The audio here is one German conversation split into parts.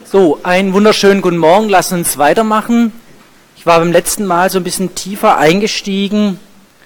So, einen wunderschönen guten Morgen, lass uns weitermachen. Ich war beim letzten Mal so ein bisschen tiefer eingestiegen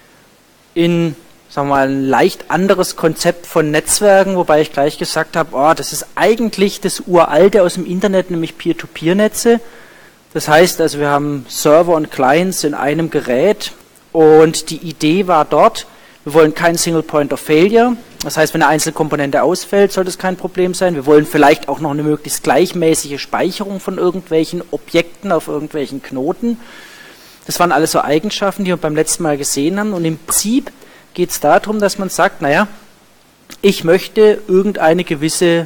in, sagen wir mal, ein leicht anderes Konzept von Netzwerken, wobei ich gleich gesagt habe, oh, das ist eigentlich das Uralte aus dem Internet, nämlich Peer-to-Peer-Netze. Das heißt also, wir haben Server und Clients in einem Gerät und die Idee war dort, wir wollen kein Single Point of Failure. Das heißt, wenn eine einzelne Komponente ausfällt, sollte es kein Problem sein. Wir wollen vielleicht auch noch eine möglichst gleichmäßige Speicherung von irgendwelchen Objekten auf irgendwelchen Knoten. Das waren alles so Eigenschaften, die wir beim letzten Mal gesehen haben. Und im Prinzip geht es darum, dass man sagt, naja, ich möchte irgendeine gewisse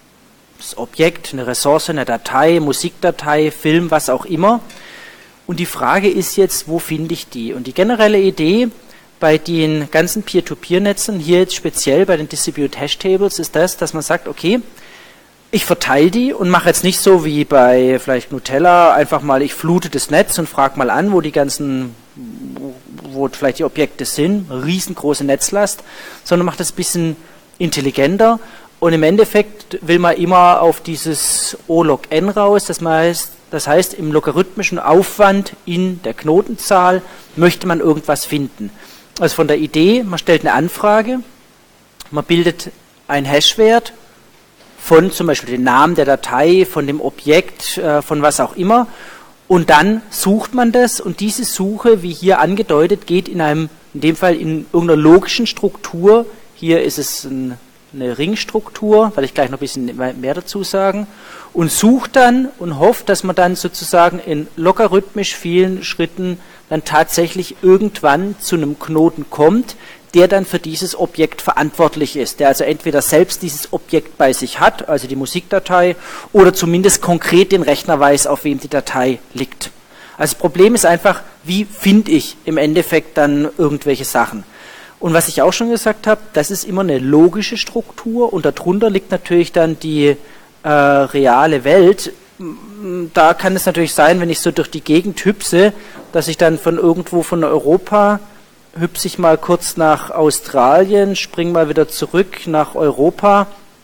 Objekt, eine Ressource, eine Datei, Musikdatei, Film, was auch immer. Und die Frage ist jetzt, wo finde ich die? Und die generelle Idee bei den ganzen Peer-to-Peer-Netzen, hier jetzt speziell bei den Distributed Hash Tables, ist das, dass man sagt, okay, ich verteile die und mache jetzt nicht so wie bei vielleicht Gnutella, einfach mal, ich flute das Netz und frage mal an, wo vielleicht die Objekte sind, riesengroße Netzlast, sondern mache das ein bisschen intelligenter und im Endeffekt will man immer auf dieses O-Log-N raus, das heißt, im logarithmischen Aufwand in der Knotenzahl möchte man irgendwas finden. Also von der Idee, man stellt eine Anfrage, man bildet einen Hashwert von zum Beispiel dem Namen der Datei, von dem Objekt, von was auch immer und dann sucht man das und diese Suche, wie hier angedeutet, geht in dem Fall in irgendeiner logischen Struktur, hier ist es eine Ringstruktur, werde ich gleich noch ein bisschen mehr dazu sagen, und sucht dann und hofft, dass man dann sozusagen in logarithmisch vielen Schritten dann tatsächlich irgendwann zu einem Knoten kommt, der dann für dieses Objekt verantwortlich ist, der also entweder selbst dieses Objekt bei sich hat, also die Musikdatei, oder zumindest konkret den Rechner weiß, auf wem die Datei liegt. Also das Problem ist einfach, wie finde ich im Endeffekt dann irgendwelche Sachen? Und was ich auch schon gesagt habe, das ist immer eine logische Struktur und darunter liegt natürlich dann die reale Welt. Da kann es natürlich sein, wenn ich so durch die Gegend hüpse, dass ich dann von irgendwo von Europa hüpse ich mal kurz nach Australien, springe mal wieder zurück nach Europa,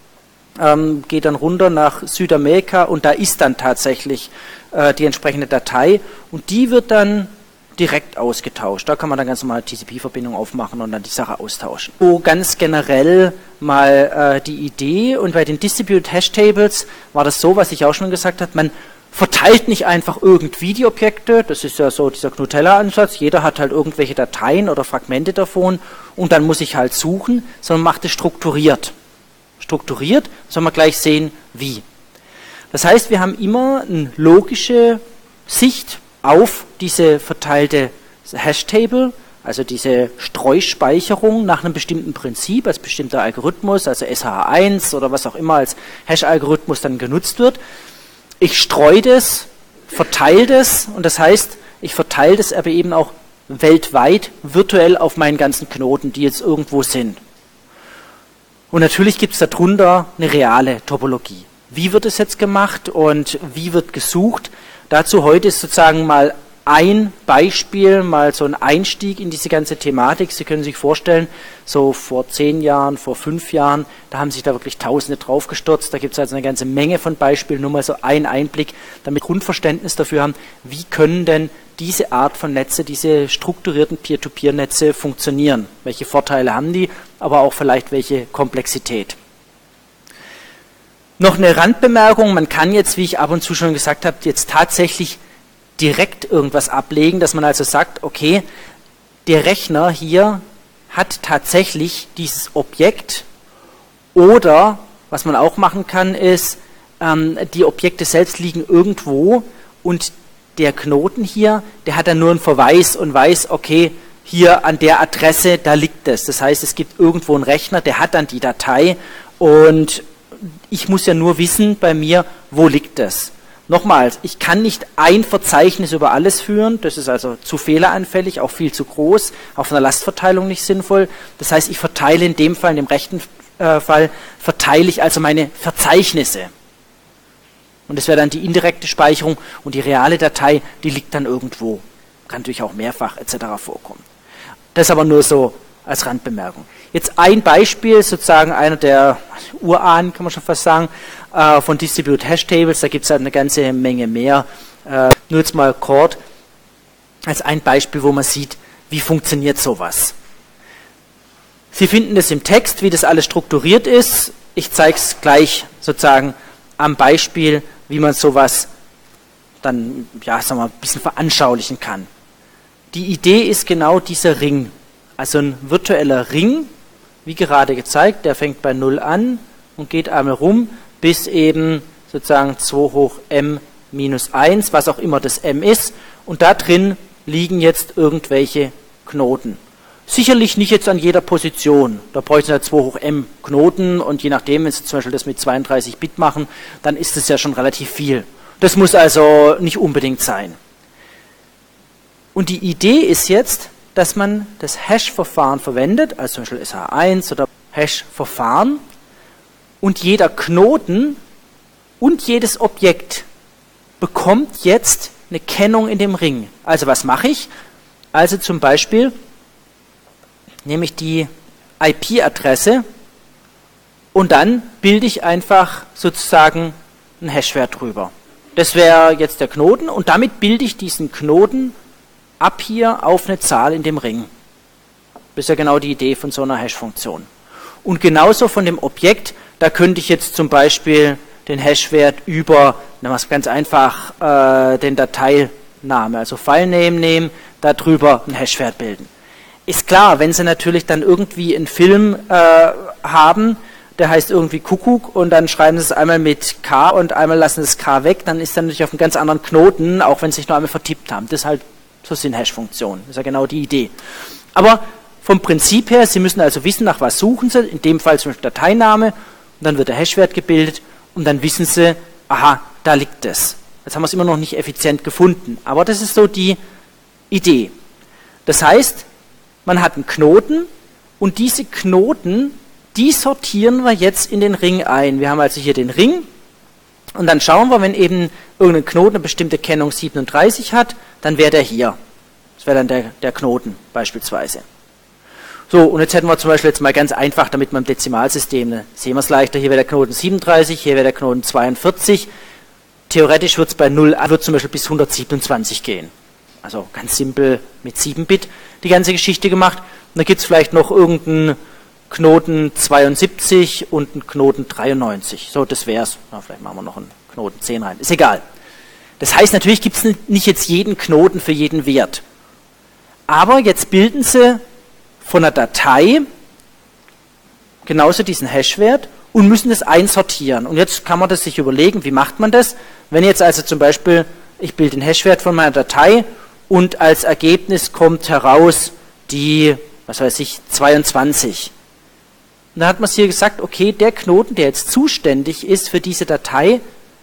gehe dann runter nach Südamerika und da ist dann tatsächlich die entsprechende Datei und die wird dann direkt ausgetauscht. Da kann man dann ganz normal TCP-Verbindung aufmachen und dann die Sache austauschen. So ganz generell mal die Idee und bei den Distributed Hash Tables war das so, was ich auch schon gesagt habe, man verteilt nicht einfach irgendwie die Objekte, das ist ja so dieser Gnutella-Ansatz, jeder hat halt irgendwelche Dateien oder Fragmente davon und dann muss ich halt suchen, sondern macht es strukturiert. Strukturiert soll man gleich sehen, wie. Das heißt, wir haben immer eine logische Sicht auf diese verteilte Hash-Table, also diese Streuspeicherung nach einem bestimmten Prinzip, als bestimmter Algorithmus, also SH1 oder was auch immer als Hash-Algorithmus dann genutzt wird. Ich streue das, verteile das und das heißt, ich verteile das aber eben auch weltweit virtuell auf meinen ganzen Knoten, die jetzt irgendwo sind. Und natürlich gibt es darunter eine reale Topologie. Wie wird es jetzt gemacht und wie wird gesucht? Dazu heute ist sozusagen mal ein Beispiel, mal so ein Einstieg in diese ganze Thematik. Sie können sich vorstellen, so vor 10 Jahren, vor 5 Jahren, da haben sich da wirklich Tausende draufgestürzt. Da gibt es also eine ganze Menge von Beispielen, nur mal so ein Einblick, damit wir Grundverständnis dafür haben, wie können denn diese Art von Netze, diese strukturierten Peer-to-Peer-Netze funktionieren. Welche Vorteile haben die, aber auch vielleicht welche Komplexität. Noch eine Randbemerkung, man kann jetzt, wie ich ab und zu schon gesagt habe, jetzt tatsächlich direkt irgendwas ablegen, dass man also sagt, okay, der Rechner hier hat tatsächlich dieses Objekt oder, was man auch machen kann, ist, die Objekte selbst liegen irgendwo und der Knoten hier, der hat dann nur einen Verweis und weiß, okay, hier an der Adresse, da liegt es. Das heißt, es gibt irgendwo einen Rechner, der hat dann die Datei und ich muss ja nur wissen bei mir, wo liegt das. Nochmals, ich kann nicht ein Verzeichnis über alles führen, das ist also zu fehleranfällig, auch viel zu groß, auch von der Lastverteilung nicht sinnvoll. Das heißt, ich verteile in dem Fall, in dem rechten Fall, verteile ich also meine Verzeichnisse. Und das wäre dann die indirekte Speicherung und die reale Datei, die liegt dann irgendwo. Kann natürlich auch mehrfach etc. vorkommen. Das aber nur so als Randbemerkung. Jetzt ein Beispiel, sozusagen einer der Urahnen, kann man schon fast sagen, von Distributed Hash Tables, da gibt es halt eine ganze Menge mehr. Nur jetzt mal Chord als ein Beispiel, wo man sieht, wie funktioniert sowas. Sie finden es im Text, wie das alles strukturiert ist. Ich zeige es gleich sozusagen am Beispiel, wie man sowas dann, ja, sagen wir mal, ein bisschen veranschaulichen kann. Die Idee ist genau dieser Ring. Also ein virtueller Ring, wie gerade gezeigt, der fängt bei 0 an und geht einmal rum, bis eben sozusagen 2 hoch m minus 1, was auch immer das m ist. Und da drin liegen jetzt irgendwelche Knoten. Sicherlich nicht jetzt an jeder Position. Da bräuchten wir 2 hoch m Knoten und je nachdem, wenn Sie zum Beispiel das mit 32 Bit machen, dann ist das ja schon relativ viel. Das muss also nicht unbedingt sein. Und die Idee ist jetzt, dass man das Hash-Verfahren verwendet, also zum Beispiel SH1 oder Hash-Verfahren, und jeder Knoten und jedes Objekt bekommt jetzt eine Kennung in dem Ring. Also was mache ich? Also zum Beispiel nehme ich die IP-Adresse und dann bilde ich einfach sozusagen einen Hashwert drüber. Das wäre jetzt der Knoten und damit bilde ich diesen Knoten ab hier auf eine Zahl in dem Ring. Das ist ja genau die Idee von so einer Hash-Funktion. Und genauso von dem Objekt, da könnte ich jetzt zum Beispiel den Hashwert über, ganz einfach, den Dateiname, also Filename nehmen, darüber einen Hashwert bilden. Ist klar, wenn Sie natürlich dann irgendwie einen Film haben, der heißt irgendwie Kuckuck und dann schreiben Sie es einmal mit K und einmal lassen Sie das K weg, dann ist dann natürlich auf einem ganz anderen Knoten, auch wenn Sie sich nur einmal vertippt haben. Das ist halt so sind Hash-Funktionen. Das ist ja genau die Idee. Aber vom Prinzip her, Sie müssen also wissen, nach was suchen Sie, in dem Fall zum Beispiel Dateiname, und dann wird der Hashwert gebildet und dann wissen Sie, aha, da liegt es. Jetzt haben wir es immer noch nicht effizient gefunden, aber das ist so die Idee. Das heißt, man hat einen Knoten und diese Knoten, die sortieren wir jetzt in den Ring ein. Wir haben also hier den Ring und dann schauen wir, wenn eben irgendein Knoten eine bestimmte Kennung 37 hat, dann wäre der hier. Das wäre dann der Knoten beispielsweise. So, und jetzt hätten wir zum Beispiel jetzt mal ganz einfach, damit man im Dezimalsystem, sehen wir es leichter, hier wäre der Knoten 37, hier wäre der Knoten 42. Theoretisch wird es bei 0 wird zum Beispiel bis 127 gehen. Also ganz simpel mit 7 Bit die ganze Geschichte gemacht. Und dann gibt es vielleicht noch irgendeinen Knoten 72 und einen Knoten 93. So, das wär's. Ja, vielleicht machen wir noch einen Knoten 10 rein. Ist egal. Das heißt, natürlich gibt es nicht jetzt jeden Knoten für jeden Wert. Aber jetzt bilden Sie von einer Datei genauso diesen Hashwert und müssen das einsortieren. Und jetzt kann man das sich überlegen, wie macht man das? Wenn jetzt also zum Beispiel, ich bilde den Hashwert von meiner Datei und als Ergebnis kommt heraus die, was weiß ich, 22. Und dann hat man hier gesagt, okay, der Knoten, der jetzt zuständig ist für diese Datei,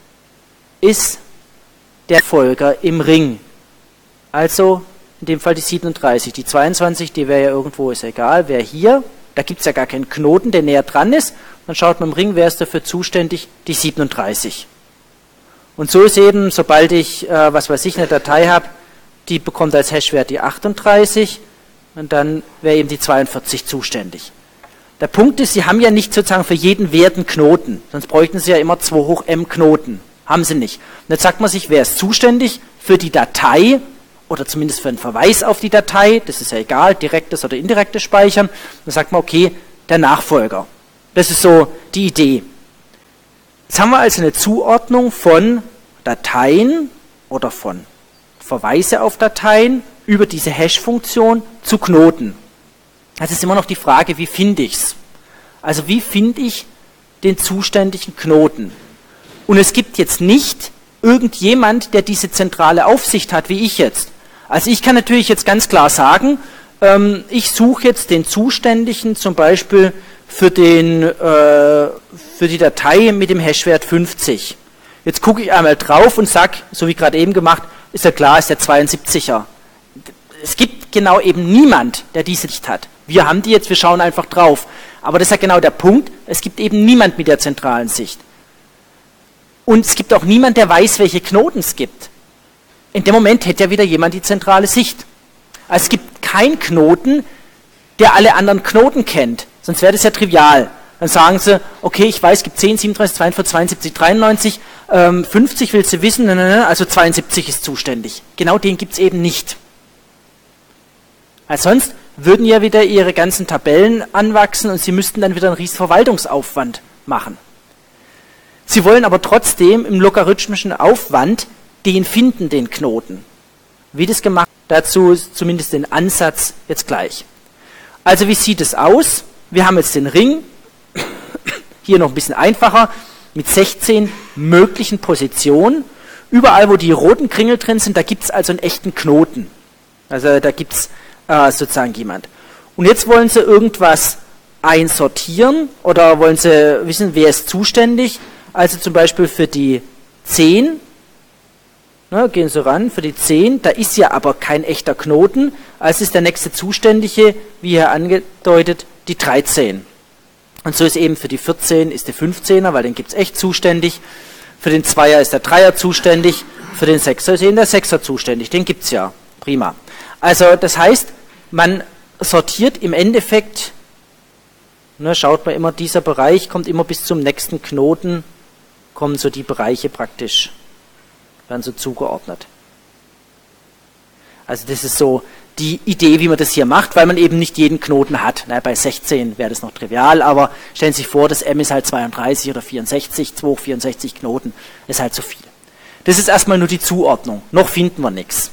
ist der Folger im Ring. Also in dem Fall die 37. Die 22, die wäre ja irgendwo, ist egal, wäre hier. Da gibt es ja gar keinen Knoten, der näher dran ist. Dann schaut man im Ring, wer ist dafür zuständig? Die 37. Und so ist eben, sobald ich, was weiß ich, eine Datei habe, die bekommt als Hashwert die 38 und dann wäre eben die 42 zuständig. Der Punkt ist, Sie haben ja nicht sozusagen für jeden Wert einen Knoten, sonst bräuchten Sie ja immer 2 hoch m Knoten. Haben Sie nicht. Und jetzt sagt man sich, wer ist zuständig für die Datei oder zumindest für einen Verweis auf die Datei, das ist ja egal, direktes oder indirektes Speichern. Dann sagt man, okay, der Nachfolger. Das ist so die Idee. Jetzt haben wir also eine Zuordnung von Dateien oder von Verweise auf Dateien über diese Hash-Funktion zu Knoten. Das ist immer noch die Frage, wie finde ich es? Also wie finde ich den zuständigen Knoten? Und es gibt jetzt nicht irgendjemand, der diese zentrale Aufsicht hat, wie ich jetzt. Also ich kann natürlich jetzt ganz klar sagen, ich suche jetzt den Zuständigen zum Beispiel für die Datei mit dem Hashwert 50. Jetzt gucke ich einmal drauf und sage, so wie gerade eben gemacht, ist ja klar, ist der 72er. Es gibt genau eben niemand, der diese nicht hat. Wir haben die jetzt, wir schauen einfach drauf. Aber das ist ja genau der Punkt, es gibt eben niemand mit der zentralen Sicht. Und es gibt auch niemand, der weiß, welche Knoten es gibt. In dem Moment hätte ja wieder jemand die zentrale Sicht. Also es gibt keinen Knoten, der alle anderen Knoten kennt. Sonst wäre das ja trivial. Dann sagen sie, okay, ich weiß, es gibt 10, 37, 42, 72, 93, 50 willst du wissen, also 72 ist zuständig. Genau den gibt es eben nicht. Weil sonst würden ja wieder ihre ganzen Tabellen anwachsen und sie müssten dann wieder einen riesen Verwaltungsaufwand machen. Sie wollen aber trotzdem im logarithmischen Aufwand den finden, den Knoten. Wie das gemacht wird, dazu zumindest den Ansatz jetzt gleich. Also wie sieht es aus? Wir haben jetzt den Ring, hier noch ein bisschen einfacher, mit 16 möglichen Positionen. Überall, wo die roten Kringel drin sind, da gibt es also einen echten Knoten. Also da gibt es sozusagen jemand. Und jetzt wollen sie irgendwas einsortieren oder wollen sie wissen, wer ist zuständig. Also zum Beispiel für die 10, gehen Sie ran, für die 10, da ist ja aber kein echter Knoten, also ist der nächste Zuständige, wie hier angedeutet, die 13. Und so ist eben für die 14 ist der 15er, weil den gibt es echt zuständig. Für den 2er ist der 3er zuständig. Für den 6er ist eben der 6er zuständig. Den gibt es ja. Prima. Also das heißt, man sortiert im Endeffekt, schaut man immer, dieser Bereich kommt immer bis zum nächsten Knoten, kommen so die Bereiche praktisch, werden so zugeordnet. Also das ist so die Idee, wie man das hier macht, weil man eben nicht jeden Knoten hat. Bei 16 wäre das noch trivial, aber stellen Sie sich vor, das M ist halt 32 oder 64, 2 hoch 64 Knoten, ist halt zu viel. Das ist erstmal nur die Zuordnung, noch finden wir nichts.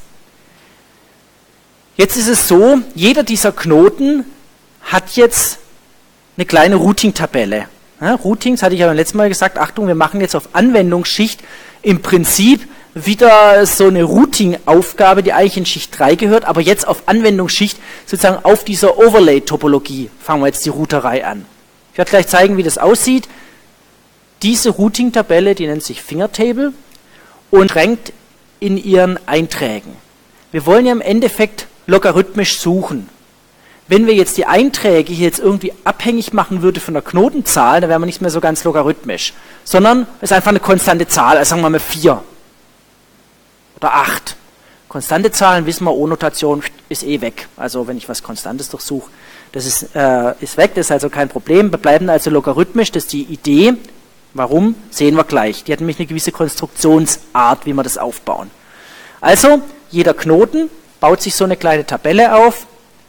Jetzt ist es so, jeder dieser Knoten hat jetzt eine kleine Routing-Tabelle. Routing, das hatte ich ja beim letzten Mal gesagt, Achtung, wir machen jetzt auf Anwendungsschicht im Prinzip wieder so eine Routing-Aufgabe, die eigentlich in Schicht 3 gehört, aber jetzt auf Anwendungsschicht, sozusagen auf dieser Overlay-Topologie, fangen wir jetzt die Routerei an. Ich werde gleich zeigen, wie das aussieht. Diese Routing-Tabelle, die nennt sich Fingertable und rankt in ihren Einträgen. Wir wollen ja im Endeffekt logarithmisch suchen. Wenn wir jetzt die Einträge hier jetzt irgendwie abhängig machen würde von der Knotenzahl, dann wären wir nicht mehr so ganz logarithmisch, sondern es ist einfach eine konstante Zahl, also sagen wir mal 4 oder 8. Konstante Zahlen, wissen wir, O-Notation ist eh weg. Also wenn ich was Konstantes durchsuche, das ist weg, das ist also kein Problem. Wir bleiben also logarithmisch, das ist die Idee. Warum? Sehen wir gleich. Die hat nämlich eine gewisse Konstruktionsart, wie wir das aufbauen. Also, jeder Knoten baut sich so eine kleine Tabelle auf.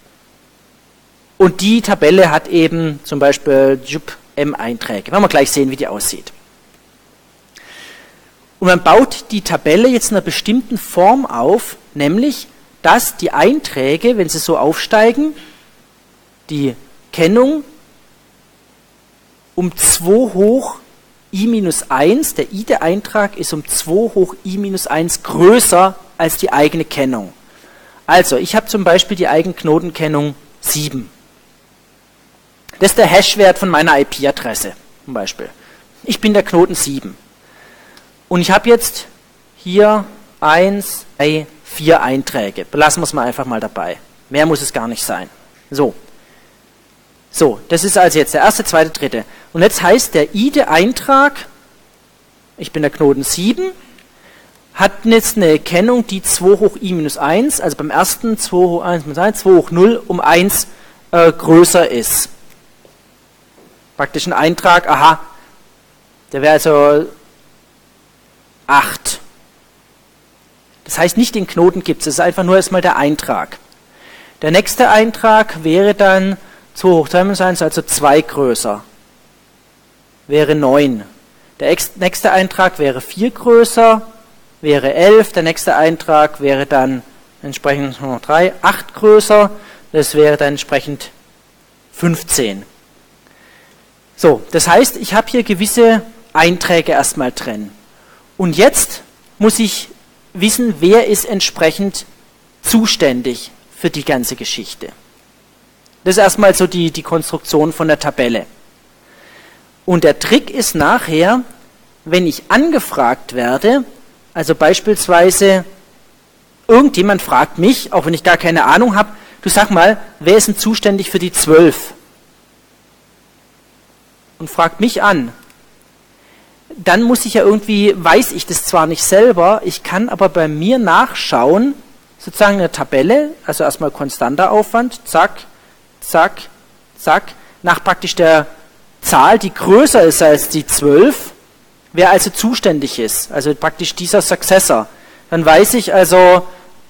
Und die Tabelle hat eben zum Beispiel M-Einträge. Werden wir gleich sehen, wie die aussieht. Und man baut die Tabelle jetzt in einer bestimmten Form auf, nämlich, dass die Einträge, wenn sie so aufsteigen, die Kennung um 2 hoch i-1, der ide-Eintrag ist um 2 hoch i-1 größer als die eigene Kennung. Also, ich habe zum Beispiel die Eigenknotenkennung 7. Das ist der Hashwert von meiner IP-Adresse, zum Beispiel. Ich bin der Knoten 7. Und ich habe jetzt hier 1, 3, 4 Einträge. Belassen wir es mal einfach mal dabei. Mehr muss es gar nicht sein. So, das ist also jetzt der erste, zweite, dritte. Und jetzt heißt der ide-Eintrag, ich bin der Knoten 7, hat jetzt eine Kennung, die 2 hoch i-1, also beim ersten 2 hoch 1 minus 1, 2 hoch 0 um 1 größer ist. Praktisch ein Eintrag, aha, der wäre also 8. Das heißt, nicht den Knoten gibt es, es ist einfach nur erstmal der Eintrag. Der nächste Eintrag wäre dann 2 hoch 2 minus 1, also 2 größer. Wäre 9. Der nächste Eintrag wäre 4 größer, wäre 11. Der nächste Eintrag wäre dann entsprechend noch 3, 8 größer. Das wäre dann entsprechend 15. So, das heißt, ich habe hier gewisse Einträge erstmal drin. Und jetzt muss ich wissen, wer ist entsprechend zuständig für die ganze Geschichte. Das ist erstmal so die Konstruktion von der Tabelle. Und der Trick ist nachher, wenn ich angefragt werde, also beispielsweise irgendjemand fragt mich, auch wenn ich gar keine Ahnung habe, du sag mal, wer ist denn zuständig für die 12? Und fragt mich an. Dann muss ich ja irgendwie, weiß ich das zwar nicht selber, ich kann aber bei mir nachschauen, sozusagen eine Tabelle, also erstmal konstanter Aufwand, zack, zack, zack, nach praktisch der Zahl, die größer ist als die 12, wer also zuständig ist, also praktisch dieser Successor. Dann weiß ich also,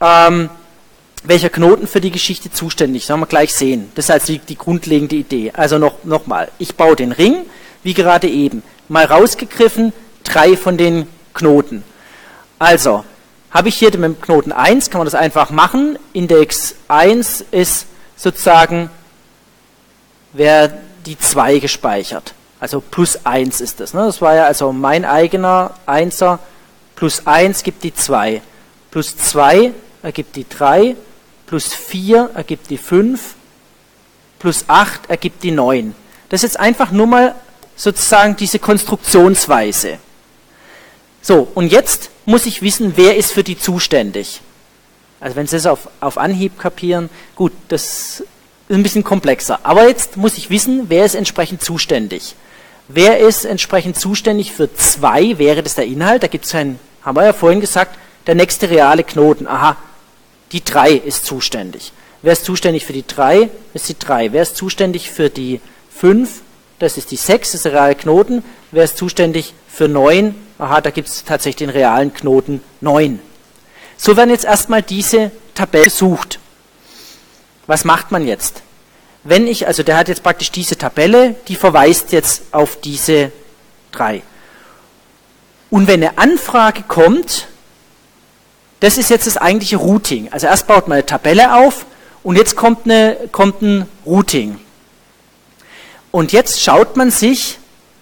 welcher Knoten für die Geschichte zuständig ist. Das werden wir gleich sehen. Das ist also die grundlegende Idee. Also nochmal, ich baue den Ring, wie gerade eben. Mal rausgegriffen, 3 von den Knoten. Also, habe ich hier mit dem Knoten 1, kann man das einfach machen. Index 1 ist sozusagen, wäre die 2 gespeichert. Also plus 1 ist das. Ne? Das war ja also mein eigener 1er. Plus 1 gibt die 2. Plus 2 ergibt die 3. Plus 4 ergibt die 5. Plus 8 ergibt die 9. Das ist jetzt einfach nur mal sozusagen diese Konstruktionsweise. So, und jetzt muss ich wissen, wer ist für die zuständig. Also wenn Sie das auf Anhieb kapieren, gut, das ist ein bisschen komplexer. Aber jetzt muss ich wissen, wer ist entsprechend zuständig. Wer ist entsprechend zuständig für 2, wäre das der Inhalt. Da gibt es haben wir ja vorhin gesagt, der nächste reale Knoten. Aha, die 3 ist zuständig. Wer ist zuständig für die 3? Das ist die 3. Wer ist zuständig für die 5? Das ist die 6, das ist der reale Knoten. Wer ist zuständig für 9? Aha, da gibt es tatsächlich den realen Knoten 9. So werden jetzt erstmal diese Tabelle gesucht. Was macht man jetzt? Wenn ich, also der hat jetzt praktisch diese Tabelle, die verweist jetzt auf diese 3. Und wenn eine Anfrage kommt, das ist jetzt das eigentliche Routing. Also erst baut man eine Tabelle auf und jetzt kommt ein Routing. Und jetzt schaut man sich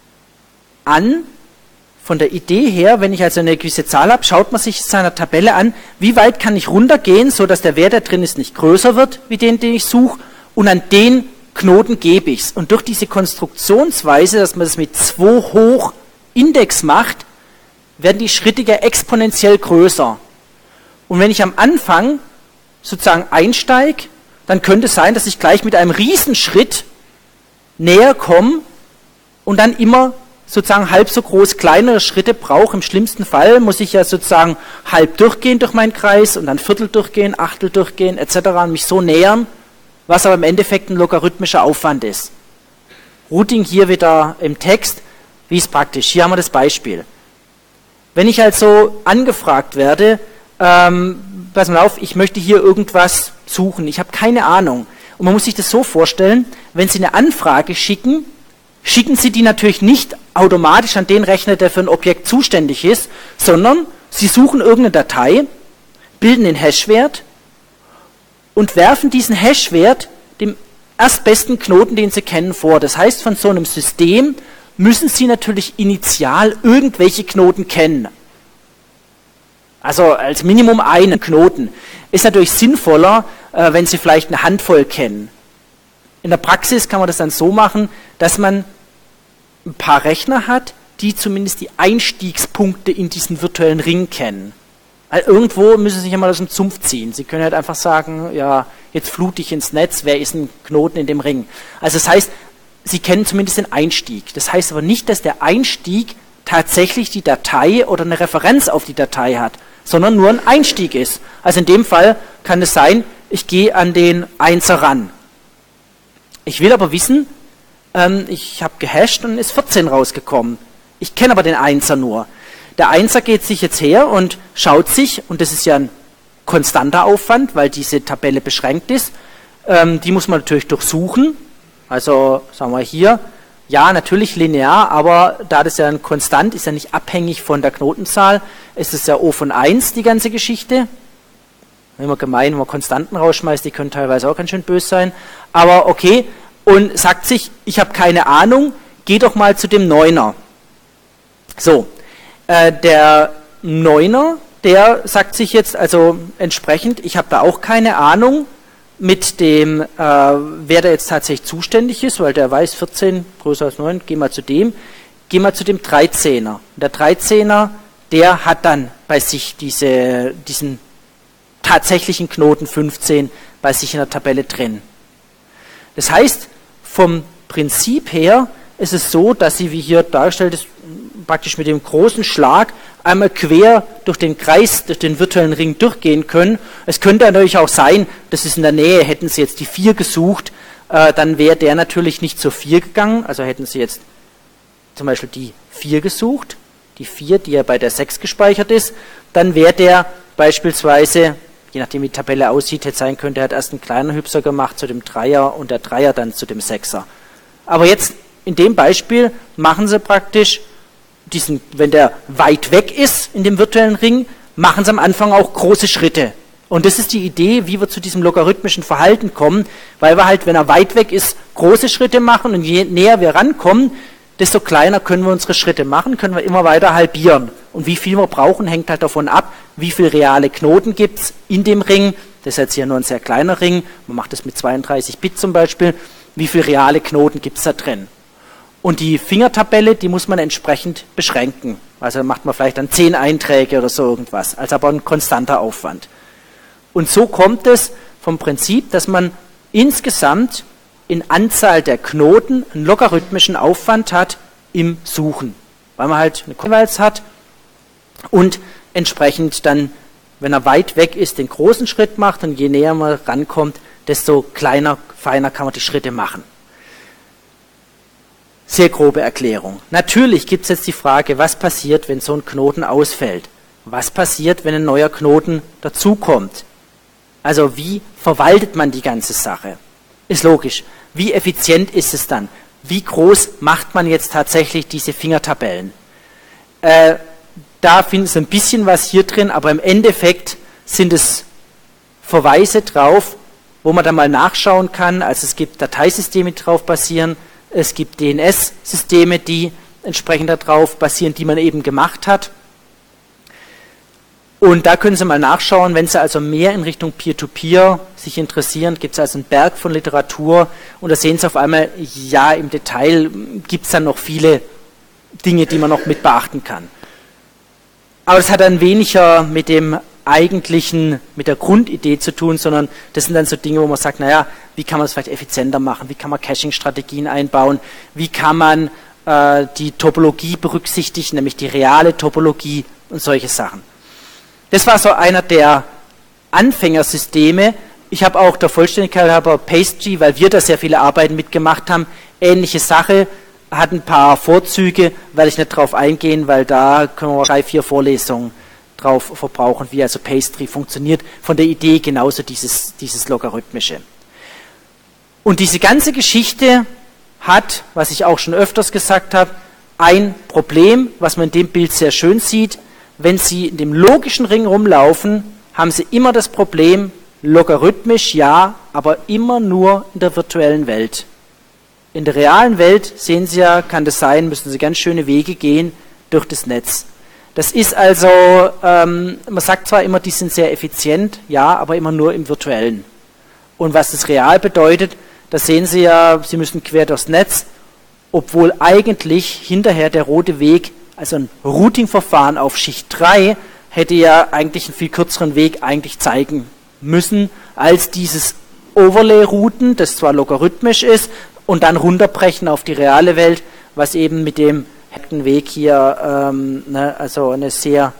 an, von der Idee her, wenn ich also eine gewisse Zahl habe, schaut man sich seiner Tabelle an, wie weit kann ich runtergehen, sodass der Wert, der drin ist, nicht größer wird, wie den ich suche, und an den Knoten gebe ich es. Und durch diese Konstruktionsweise, dass man das mit 2 hoch Index macht, werden die Schritte ja exponentiell größer. Und wenn ich am Anfang sozusagen einsteige, dann könnte es sein, dass ich gleich mit einem Riesenschritt näher komme und dann immer sozusagen halb so groß kleinere Schritte brauche. Im schlimmsten Fall muss ich ja sozusagen halb durchgehen durch meinen Kreis und dann Viertel durchgehen, Achtel durchgehen etc. und mich so nähern, was aber im Endeffekt ein logarithmischer Aufwand ist. Routing hier wieder im Text, wie ist praktisch? Hier haben wir das Beispiel. Wenn ich also angefragt werde, pass mal auf, ich möchte hier irgendwas suchen, ich habe keine Ahnung. Und man muss sich das so vorstellen, wenn Sie eine Anfrage schicken, schicken Sie die natürlich nicht automatisch an den Rechner, der für ein Objekt zuständig ist, sondern Sie suchen irgendeine Datei, bilden den Hashwert und werfen diesen Hashwert dem erstbesten Knoten, den Sie kennen, vor. Das heißt, von so einem System müssen Sie natürlich initial irgendwelche Knoten kennen. Also als Minimum einen Knoten. Ist natürlich sinnvoller, wenn Sie vielleicht eine Handvoll kennen. In der Praxis kann man das dann so machen, dass man ein paar Rechner hat, die zumindest die Einstiegspunkte in diesen virtuellen Ring kennen. Also irgendwo müssen Sie sich ja mal aus dem Sumpf ziehen. Sie können halt einfach sagen, ja, jetzt flute ich ins Netz, wer ist ein Knoten in dem Ring? Also das heißt, Sie kennen zumindest den Einstieg. Das heißt aber nicht, dass der Einstieg tatsächlich die Datei oder eine Referenz auf die Datei hat, sondern nur ein Einstieg ist. Also in dem Fall kann es sein, ich gehe an den Einser ran. Ich will aber wissen, ich habe gehasht und ist 14 rausgekommen. Ich kenne aber den Einser nur. Der Einser geht sich jetzt her und schaut sich, und das ist ja ein konstanter Aufwand, weil diese Tabelle beschränkt ist, die muss man natürlich durchsuchen. Also sagen wir hier, ja, natürlich linear, aber da das ja ein Konstant ist, ja nicht abhängig von der Knotenzahl, ist es ja O von 1, die ganze Geschichte. Immer gemein, wenn man Konstanten rausschmeißt, die können teilweise auch ganz schön böse sein. Aber okay, und sagt sich, ich habe keine Ahnung, geh doch mal zu dem Neuner. So, der Neuner, der sagt sich jetzt also entsprechend, ich habe da auch keine Ahnung mit dem, wer da jetzt tatsächlich zuständig ist, weil der weiß 14 größer als 9, geh mal zu dem 13er. Und der 13er, der hat dann bei sich diesen tatsächlichen Knoten 15 bei sich in der Tabelle drin. Das heißt, vom Prinzip her ist es so, dass sie, wie hier dargestellt ist, praktisch mit dem großen Schlag einmal quer durch den Kreis, durch den virtuellen Ring durchgehen können. Es könnte natürlich auch sein, das ist in der Nähe, hätten sie jetzt die 4 gesucht, dann wäre der natürlich nicht zur 4 gegangen, also hätten Sie jetzt zum Beispiel die 4 gesucht, die 4, die ja bei der 6 gespeichert ist, dann wäre der beispielsweise, je nachdem wie die Tabelle aussieht, hätte sein können, der hat erst einen kleinen Hüpser gemacht zu dem 3er und der 3er dann zu dem 6er. Aber jetzt in dem Beispiel machen Sie praktisch diesen, wenn der weit weg ist in dem virtuellen Ring, machen Sie am Anfang auch große Schritte. Und das ist die Idee, wie wir zu diesem logarithmischen Verhalten kommen, weil wir halt, wenn er weit weg ist, große Schritte machen und je näher wir rankommen, desto kleiner können wir unsere Schritte machen, können wir immer weiter halbieren. Und wie viel wir brauchen, hängt halt davon ab, wie viele reale Knoten gibt es in dem Ring. Das ist jetzt hier nur ein sehr kleiner Ring, man macht das mit 32 Bit zum Beispiel. Wie viele reale Knoten gibt es da drin? Und die Fingertabelle, die muss man entsprechend beschränken. Also macht man vielleicht dann 10 Einträge oder so irgendwas, also aber ein konstanter Aufwand. Und so kommt es vom Prinzip, dass man insgesamt in Anzahl der Knoten einen logarithmischen Aufwand hat im Suchen, weil man halt eine Jeweils hat und entsprechend dann, wenn er weit weg ist, den großen Schritt macht und je näher man rankommt, desto kleiner, feiner kann man die Schritte machen. Sehr grobe Erklärung. Natürlich gibt es jetzt die Frage, was passiert, wenn so ein Knoten ausfällt? Was passiert, wenn ein neuer Knoten dazukommt? Also wie verwaltet man die ganze Sache? Ist logisch. Wie effizient ist es dann? Wie groß macht man jetzt tatsächlich diese Fingertabellen? Da finden Sie ein bisschen was hier drin, aber im Endeffekt sind es Verweise drauf, wo man dann mal nachschauen kann. Also es gibt Dateisysteme, die darauf basieren. Es gibt DNS-Systeme, die entsprechend darauf basieren, die man eben gemacht hat. Und da können Sie mal nachschauen, wenn Sie also mehr in Richtung Peer-to-Peer sich interessieren, gibt es also einen Berg von Literatur und da sehen Sie auf einmal, ja, im Detail gibt es dann noch viele Dinge, die man noch mit beachten kann. Aber das hat dann weniger mit dem eigentlichen, mit der Grundidee zu tun, sondern das sind dann so Dinge, wo man sagt, naja, wie kann man es vielleicht effizienter machen, wie kann man Caching-Strategien einbauen, wie kann man die Topologie berücksichtigen, nämlich die reale Topologie und solche Sachen. Das war so einer der Anfängersysteme. Ich habe auch der Vollständigkeit halber PasteG, weil wir da sehr viele Arbeiten mitgemacht haben, ähnliche Sache, hat ein paar Vorzüge, werde ich nicht drauf eingehen, weil da können wir 3-4 Vorlesungen drauf verbrauchen, wie also Pastry funktioniert. Von der Idee genauso dieses Logarithmische. Und diese ganze Geschichte hat, was ich auch schon öfters gesagt habe, ein Problem, was man in dem Bild sehr schön sieht. Wenn Sie in dem logischen Ring rumlaufen, haben Sie immer das Problem, logarithmisch ja, aber immer nur in der virtuellen Welt. In der realen Welt, sehen Sie ja, kann das sein, müssen Sie ganz schöne Wege gehen durch das Netz. Das ist also, man sagt zwar immer, die sind sehr effizient, ja, aber immer nur im Virtuellen. Und was das real bedeutet, da sehen Sie ja, Sie müssen quer durchs Netz, obwohl eigentlich hinterher der rote Weg, also ein Routing-Verfahren auf Schicht 3, hätte ja eigentlich einen viel kürzeren Weg eigentlich zeigen müssen, als dieses Overlay-Routen, das zwar logarithmisch ist, und dann runterbrechen auf die reale Welt, was eben mit dem Weg hier also eine sehr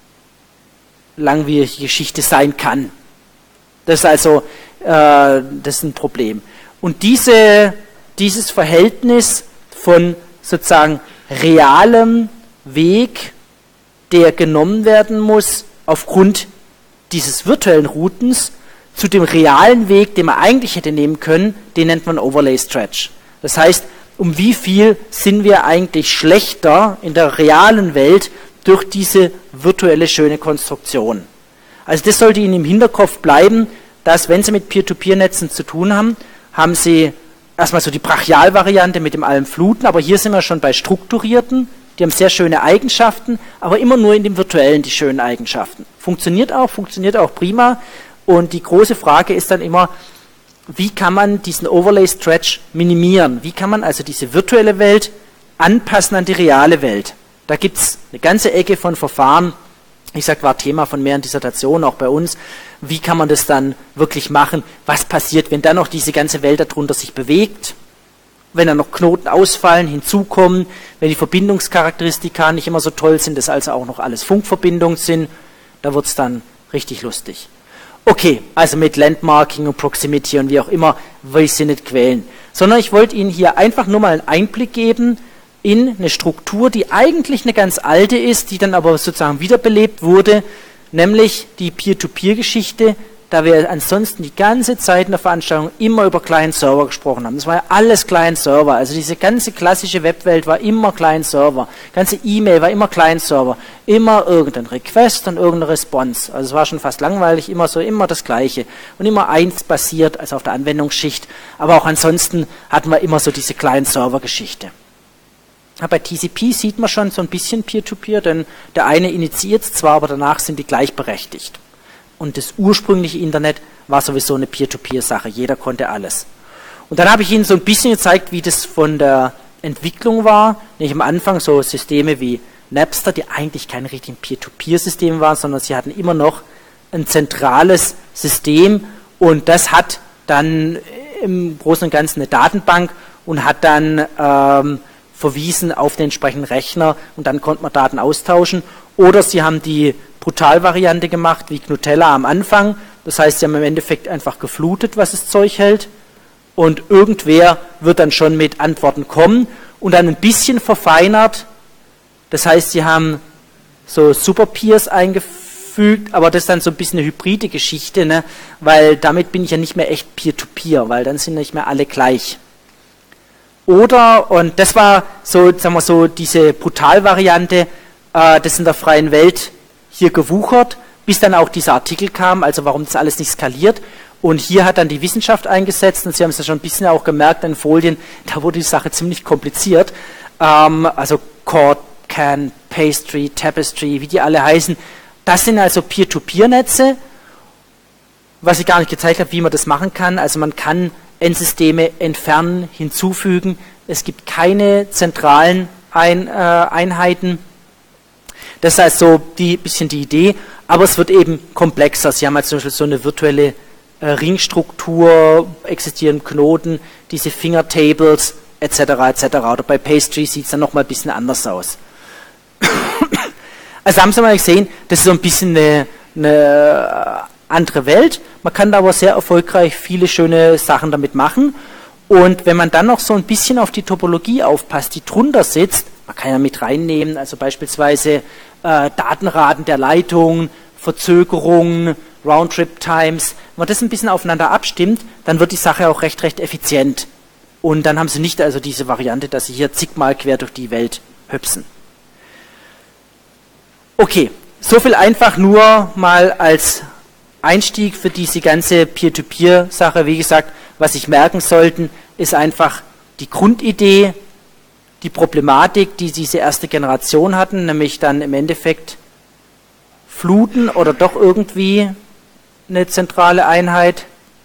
langwierige Geschichte sein kann. Das ist also das ist ein Problem. Und dieses Verhältnis von sozusagen realem Weg, der genommen werden muss aufgrund dieses virtuellen Routens, zu dem realen Weg, den man eigentlich hätte nehmen können, den nennt man Overlay Stretch. Das heißt, um wie viel sind wir eigentlich schlechter in der realen Welt durch diese virtuelle schöne Konstruktion. Also das sollte Ihnen im Hinterkopf bleiben, dass wenn Sie mit Peer-to-Peer-Netzen zu tun haben, haben Sie erstmal so die Brachialvariante mit dem allem Fluten, aber hier sind wir schon bei strukturierten, die haben sehr schöne Eigenschaften, aber immer nur in dem virtuellen die schönen Eigenschaften. Funktioniert auch prima und die große Frage ist dann immer, wie kann man diesen Overlay-Stretch minimieren? Wie kann man also diese virtuelle Welt anpassen an die reale Welt? Da gibt es eine ganze Ecke von Verfahren. Ich sage, war Thema von mehreren Dissertationen, auch bei uns. Wie kann man das dann wirklich machen? Was passiert, wenn dann noch diese ganze Welt darunter sich bewegt? Wenn dann noch Knoten ausfallen, hinzukommen, wenn die Verbindungscharakteristika nicht immer so toll sind, dass also auch noch alles Funkverbindungen sind, da wird es dann richtig lustig. Okay, also mit Landmarking und Proximity und wie auch immer, will ich Sie nicht quälen. Sondern ich wollte Ihnen hier einfach nur mal einen Einblick geben in eine Struktur, die eigentlich eine ganz alte ist, die dann aber sozusagen wiederbelebt wurde, nämlich die Peer-to-Peer-Geschichte, da wir ansonsten die ganze Zeit in der Veranstaltung immer über Client-Server gesprochen haben. Das war ja alles Client-Server, also diese ganze klassische Webwelt war immer Client-Server, ganze E-Mail war immer Client-Server, immer irgendein Request und irgendeine Response. Also es war schon fast langweilig, immer das Gleiche und immer eins basiert, also auf der Anwendungsschicht, aber auch ansonsten hatten wir immer so diese Client-Server-Geschichte. Bei TCP sieht man schon so ein bisschen Peer-to-Peer, denn der eine initiiert es zwar, aber danach sind die gleichberechtigt. Und das ursprüngliche Internet war sowieso eine Peer-to-Peer-Sache. Jeder konnte alles. Und dann habe ich Ihnen so ein bisschen gezeigt, wie das von der Entwicklung war. Nämlich am Anfang so Systeme wie Napster, die eigentlich keine richtigen Peer-to-Peer-Systeme waren, sondern sie hatten immer noch ein zentrales System. Und das hat dann im Großen und Ganzen eine Datenbank und hat dann verwiesen auf den entsprechenden Rechner. Und dann konnte man Daten austauschen. Oder sie haben die Brutalvariante gemacht, wie Gnutella am Anfang. Das heißt, sie haben im Endeffekt einfach geflutet, was das Zeug hält. Und irgendwer wird dann schon mit Antworten kommen und dann ein bisschen verfeinert. Das heißt, sie haben so Superpeers eingefügt, aber das ist dann so ein bisschen eine hybride Geschichte, ne? Weil damit bin ich ja nicht mehr echt Peer-to-Peer, weil dann sind nicht mehr alle gleich. Oder, und das war so, sagen wir so, diese Brutalvariante, das in der freien Welt hier gewuchert, bis dann auch dieser Artikel kam, also warum das alles nicht skaliert. Und hier hat dann die Wissenschaft eingesetzt, und Sie haben es ja schon ein bisschen auch gemerkt in Folien, da wurde die Sache ziemlich kompliziert. Also Cord, Can, Pastry, Tapestry, wie die alle heißen, das sind also Peer-to-Peer-Netze, was ich gar nicht gezeigt habe, wie man das machen kann. Also man kann Endsysteme entfernen, hinzufügen. Es gibt keine zentralen Einheiten. Das ist also bisschen die Idee, aber es wird eben komplexer. Sie haben halt zum Beispiel so eine virtuelle Ringstruktur, existieren Knoten, diese Fingertables etc. etc. Oder bei Pastry sieht es dann nochmal ein bisschen anders aus. Also haben Sie mal gesehen, das ist so ein bisschen eine andere Welt. Man kann da aber sehr erfolgreich viele schöne Sachen damit machen. Und wenn man dann noch so ein bisschen auf die Topologie aufpasst, die drunter sitzt, man kann ja mit reinnehmen, also beispielsweise Datenraten der Leitung, Verzögerungen, Roundtrip-Times. Wenn man das ein bisschen aufeinander abstimmt, dann wird die Sache auch recht effizient. Und dann haben Sie nicht also diese Variante, dass Sie hier zigmal quer durch die Welt hüpsen. Okay, so viel einfach nur mal als Einstieg für diese ganze Peer-to-Peer-Sache. Wie gesagt, was Sie merken sollten, ist einfach die Grundidee, die Problematik, die diese erste Generation hatten, nämlich dann im Endeffekt fluten oder doch irgendwie eine zentrale Einheit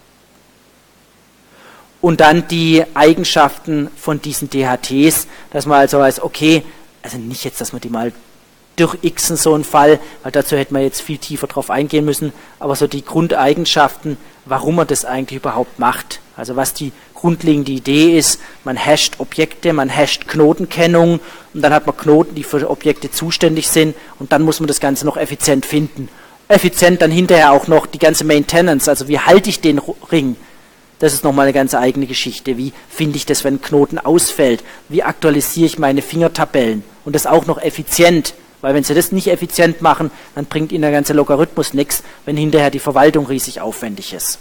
und dann die Eigenschaften von diesen DHTs, dass man also weiß, okay, also nicht jetzt, dass man die mal durchxen, so ein Fall, weil dazu hätte man jetzt viel tiefer drauf eingehen müssen, aber so die Grundeigenschaften, warum man das eigentlich überhaupt macht. Also was die grundlegende Idee ist, man hasht Objekte, man hasht Knotenkennung und dann hat man Knoten, die für Objekte zuständig sind und dann muss man das Ganze noch effizient finden. Effizient dann hinterher auch noch die ganze Maintenance, also wie halte ich den Ring? Das ist nochmal eine ganz eigene Geschichte. Wie finde ich das, wenn ein Knoten ausfällt? Wie aktualisiere ich meine Fingertabellen? Und das auch noch effizient. Weil wenn Sie das nicht effizient machen, dann bringt Ihnen der ganze Logarithmus nichts, wenn hinterher die Verwaltung riesig aufwendig ist.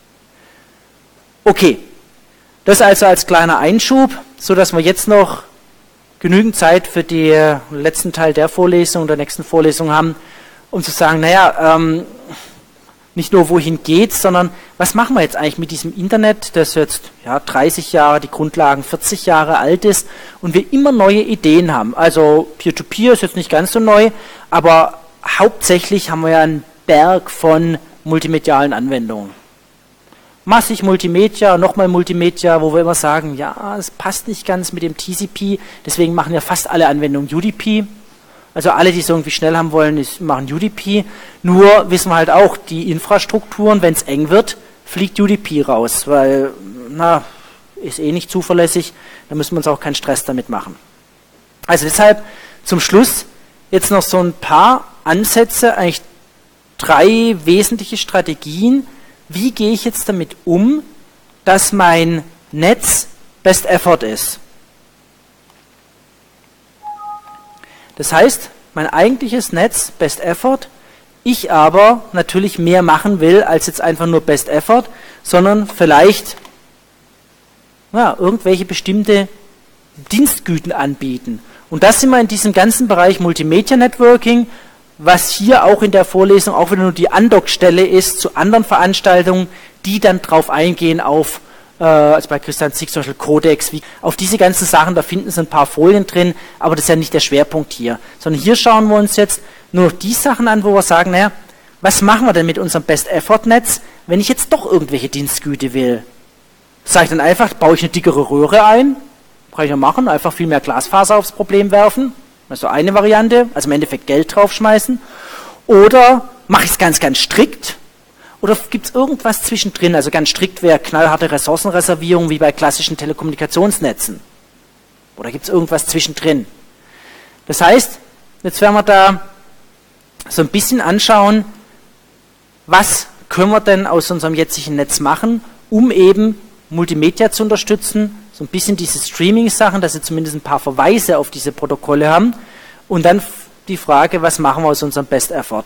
Okay, das also als kleiner Einschub, sodass wir jetzt noch genügend Zeit für den letzten Teil der Vorlesung, der nächsten Vorlesung haben, um zu sagen, naja, nicht nur wohin geht's, sondern was machen wir jetzt eigentlich mit diesem Internet, das jetzt 30 Jahre, die Grundlagen 40 Jahre alt ist und wir immer neue Ideen haben. Also Peer-to-Peer ist jetzt nicht ganz so neu, aber hauptsächlich haben wir ja einen Berg von multimedialen Anwendungen. Massig Multimedia, nochmal Multimedia, wo wir immer sagen, ja, es passt nicht ganz mit dem TCP, deswegen machen ja fast alle Anwendungen UDP. Also alle, die es irgendwie schnell haben wollen, machen UDP. Nur wissen wir halt auch, die Infrastrukturen, wenn es eng wird, fliegt UDP raus, weil, ist eh nicht zuverlässig, da müssen wir uns auch keinen Stress damit machen. Also deshalb zum Schluss jetzt noch so ein paar Ansätze, eigentlich 3 wesentliche Strategien. Wie gehe ich jetzt damit um, dass mein Netz Best Effort ist? Das heißt, mein eigentliches Netz Best Effort, ich aber natürlich mehr machen will als jetzt einfach nur Best Effort, sondern vielleicht irgendwelche bestimmte Dienstgüten anbieten. Und das sind wir in diesem ganzen Bereich Multimedia Networking, was hier auch in der Vorlesung auch wieder nur die Andockstelle ist zu anderen Veranstaltungen, die dann drauf eingehen auf, also bei Christian Zick zum Beispiel Codex, auf diese ganzen Sachen, da finden Sie ein paar Folien drin, aber das ist ja nicht der Schwerpunkt hier. Sondern hier schauen wir uns jetzt nur noch die Sachen an, wo wir sagen, naja, was machen wir denn mit unserem Best-Effort-Netz, wenn ich jetzt doch irgendwelche Dienstgüte will? Sage ich dann einfach, baue ich eine dickere Röhre ein? Kann ich ja machen, einfach viel mehr Glasfaser aufs Problem werfen. Das ist so eine Variante, also im Endeffekt Geld draufschmeißen. Oder mache ich es ganz, ganz strikt? Oder gibt es irgendwas zwischendrin? Also ganz strikt wäre knallharte Ressourcenreservierung wie bei klassischen Telekommunikationsnetzen. Oder gibt es irgendwas zwischendrin? Das heißt, jetzt werden wir da so ein bisschen anschauen, was können wir denn aus unserem jetzigen Netz machen, um eben Multimedia zu unterstützen, so ein bisschen diese Streaming-Sachen, dass Sie zumindest ein paar Verweise auf diese Protokolle haben. Und dann die Frage, was machen wir aus unserem Best Effort?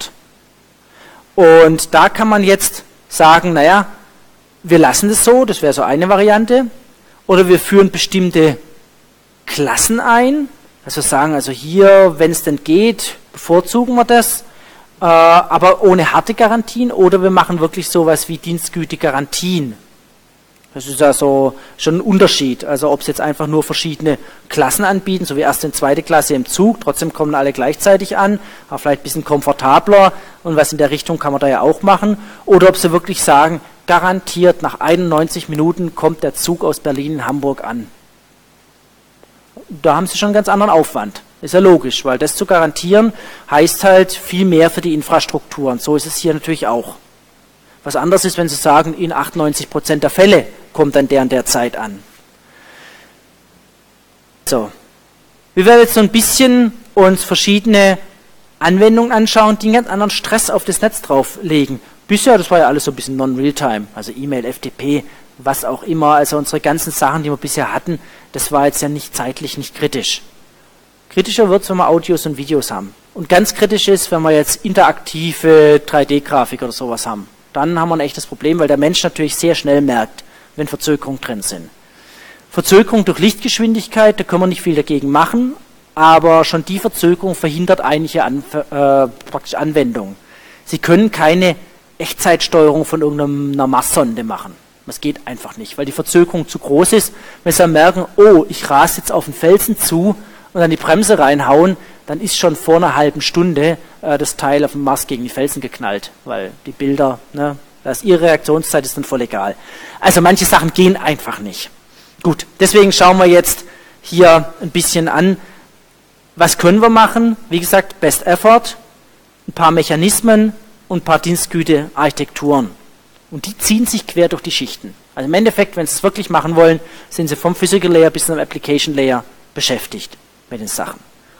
Und da kann man jetzt sagen, naja, wir lassen es so, das wäre so eine Variante. Oder wir führen bestimmte Klassen ein, also sagen, also hier, wenn es denn geht, bevorzugen wir das, aber ohne harte Garantien. Oder wir machen wirklich sowas wie Dienstgüte-Garantien. Das ist also schon ein Unterschied. Also ob es jetzt einfach nur verschiedene Klassen anbieten, so wie erste und zweite Klasse im Zug, trotzdem kommen alle gleichzeitig an, aber vielleicht ein bisschen komfortabler und was in der Richtung kann man da ja auch machen. Oder ob sie wirklich sagen, garantiert nach 91 Minuten kommt der Zug aus Berlin in Hamburg an. Da haben sie schon einen ganz anderen Aufwand. Ist ja logisch, weil das zu garantieren heißt halt viel mehr für die Infrastruktur. Und so ist es hier natürlich auch. Was anderes ist, wenn Sie sagen, in 98% der Fälle kommt dann der und der Zeit an. So, wir werden jetzt so ein bisschen uns verschiedene Anwendungen anschauen, die einen ganz anderen Stress auf das Netz drauflegen. Bisher, das war ja alles so ein bisschen non-real-time, also E-Mail, FTP, was auch immer, also unsere ganzen Sachen, die wir bisher hatten, das war jetzt ja nicht zeitlich nicht kritisch. Kritischer wird es, wenn wir Audios und Videos haben. Und ganz kritisch ist, wenn wir jetzt interaktive 3D-Grafik oder sowas haben. Dann haben wir ein echtes Problem, weil der Mensch natürlich sehr schnell merkt, wenn Verzögerungen drin sind. Verzögerung durch Lichtgeschwindigkeit, da können wir nicht viel dagegen machen, aber schon die Verzögerung verhindert einige praktisch Anwendungen. Sie können keine Echtzeitsteuerung von irgendeiner Marssonde machen. Das geht einfach nicht, weil die Verzögerung zu groß ist. Wenn Sie dann merken, oh, ich rase jetzt auf den Felsen zu und dann die Bremse reinhauen, dann ist schon vor einer halben Stunde das Teil auf dem Mars gegen die Felsen geknallt, weil die Bilder, ne, da ist ihre Reaktionszeit ist dann voll egal. Also manche Sachen gehen einfach nicht. Gut, deswegen schauen wir jetzt hier ein bisschen an, was können wir machen? Wie gesagt, Best Effort, ein paar Mechanismen und ein paar Dienstgüte-Architekturen. Und die ziehen sich quer durch die Schichten. Also im Endeffekt, wenn Sie es wirklich machen wollen, sind Sie vom Physical Layer bis zum Application Layer beschäftigt mit den Sachen.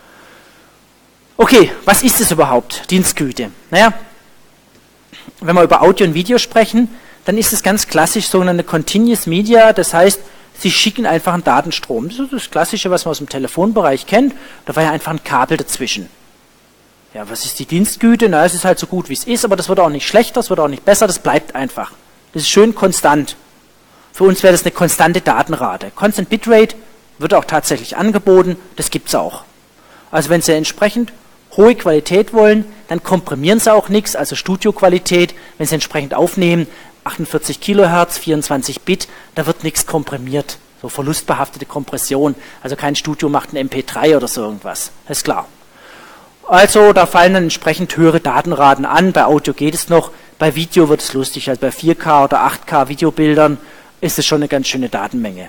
Okay, was ist es überhaupt, Dienstgüte? Naja, wenn wir über Audio und Video sprechen, dann ist es ganz klassisch sogenannte Continuous Media, das heißt, Sie schicken einfach einen Datenstrom. Das ist das Klassische, was man aus dem Telefonbereich kennt, da war ja einfach ein Kabel dazwischen. Ja, was ist die Dienstgüte? Na, es ist halt so gut, wie es ist, aber das wird auch nicht schlechter, das wird auch nicht besser, das bleibt einfach. Das ist schön konstant. Für uns wäre das eine konstante Datenrate. Constant Bitrate wird auch tatsächlich angeboten, das gibt es auch. Also wenn Sie entsprechend hohe Qualität wollen, dann komprimieren Sie auch nichts, also Studioqualität, wenn Sie entsprechend aufnehmen, 48 Kilohertz, 24 Bit, da wird nichts komprimiert, so verlustbehaftete Kompression, also kein Studio macht ein MP3 oder so irgendwas, das ist klar. Also da fallen dann entsprechend höhere Datenraten an, bei Audio geht es noch, bei Video wird es lustig, also bei 4K oder 8K Videobildern ist es schon eine ganz schöne Datenmenge.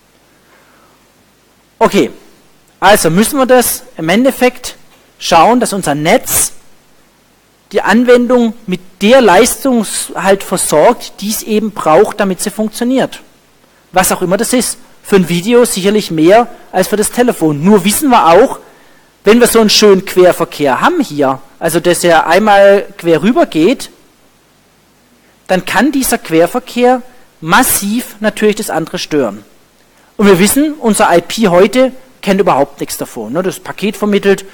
Okay, also müssen wir das im Endeffekt schauen, dass unser Netz die Anwendung mit der Leistung halt versorgt, die es eben braucht, damit sie funktioniert. Was auch immer das ist. Für ein Video sicherlich mehr als für das Telefon. Nur wissen wir auch, wenn wir so einen schönen Querverkehr haben hier, also dass er einmal quer rüber geht, dann kann dieser Querverkehr massiv natürlich das andere stören. Und wir wissen, unser IP heute kennt überhaupt nichts davon. Das Paket vermittelt,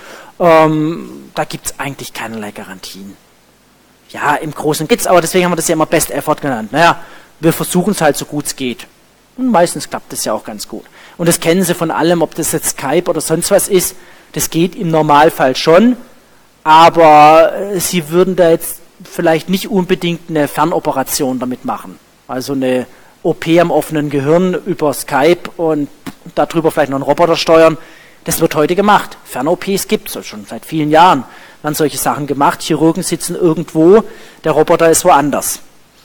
da gibt es eigentlich keinerlei Garantien. Ja, im Großen geht's, aber deswegen haben wir das ja immer Best Effort genannt. Naja, wir versuchen es halt so gut es geht. Und meistens klappt das ja auch ganz gut. Und das kennen Sie von allem, ob das jetzt Skype oder sonst was ist. Das geht im Normalfall schon, aber Sie würden da jetzt vielleicht nicht unbedingt eine Fernoperation damit machen. Also eine OP am offenen Gehirn über Skype und darüber vielleicht noch einen Roboter steuern. Das wird heute gemacht. Fern-OPs gibt es schon seit vielen Jahren. Werden solche Sachen gemacht. Chirurgen sitzen irgendwo, der Roboter ist woanders.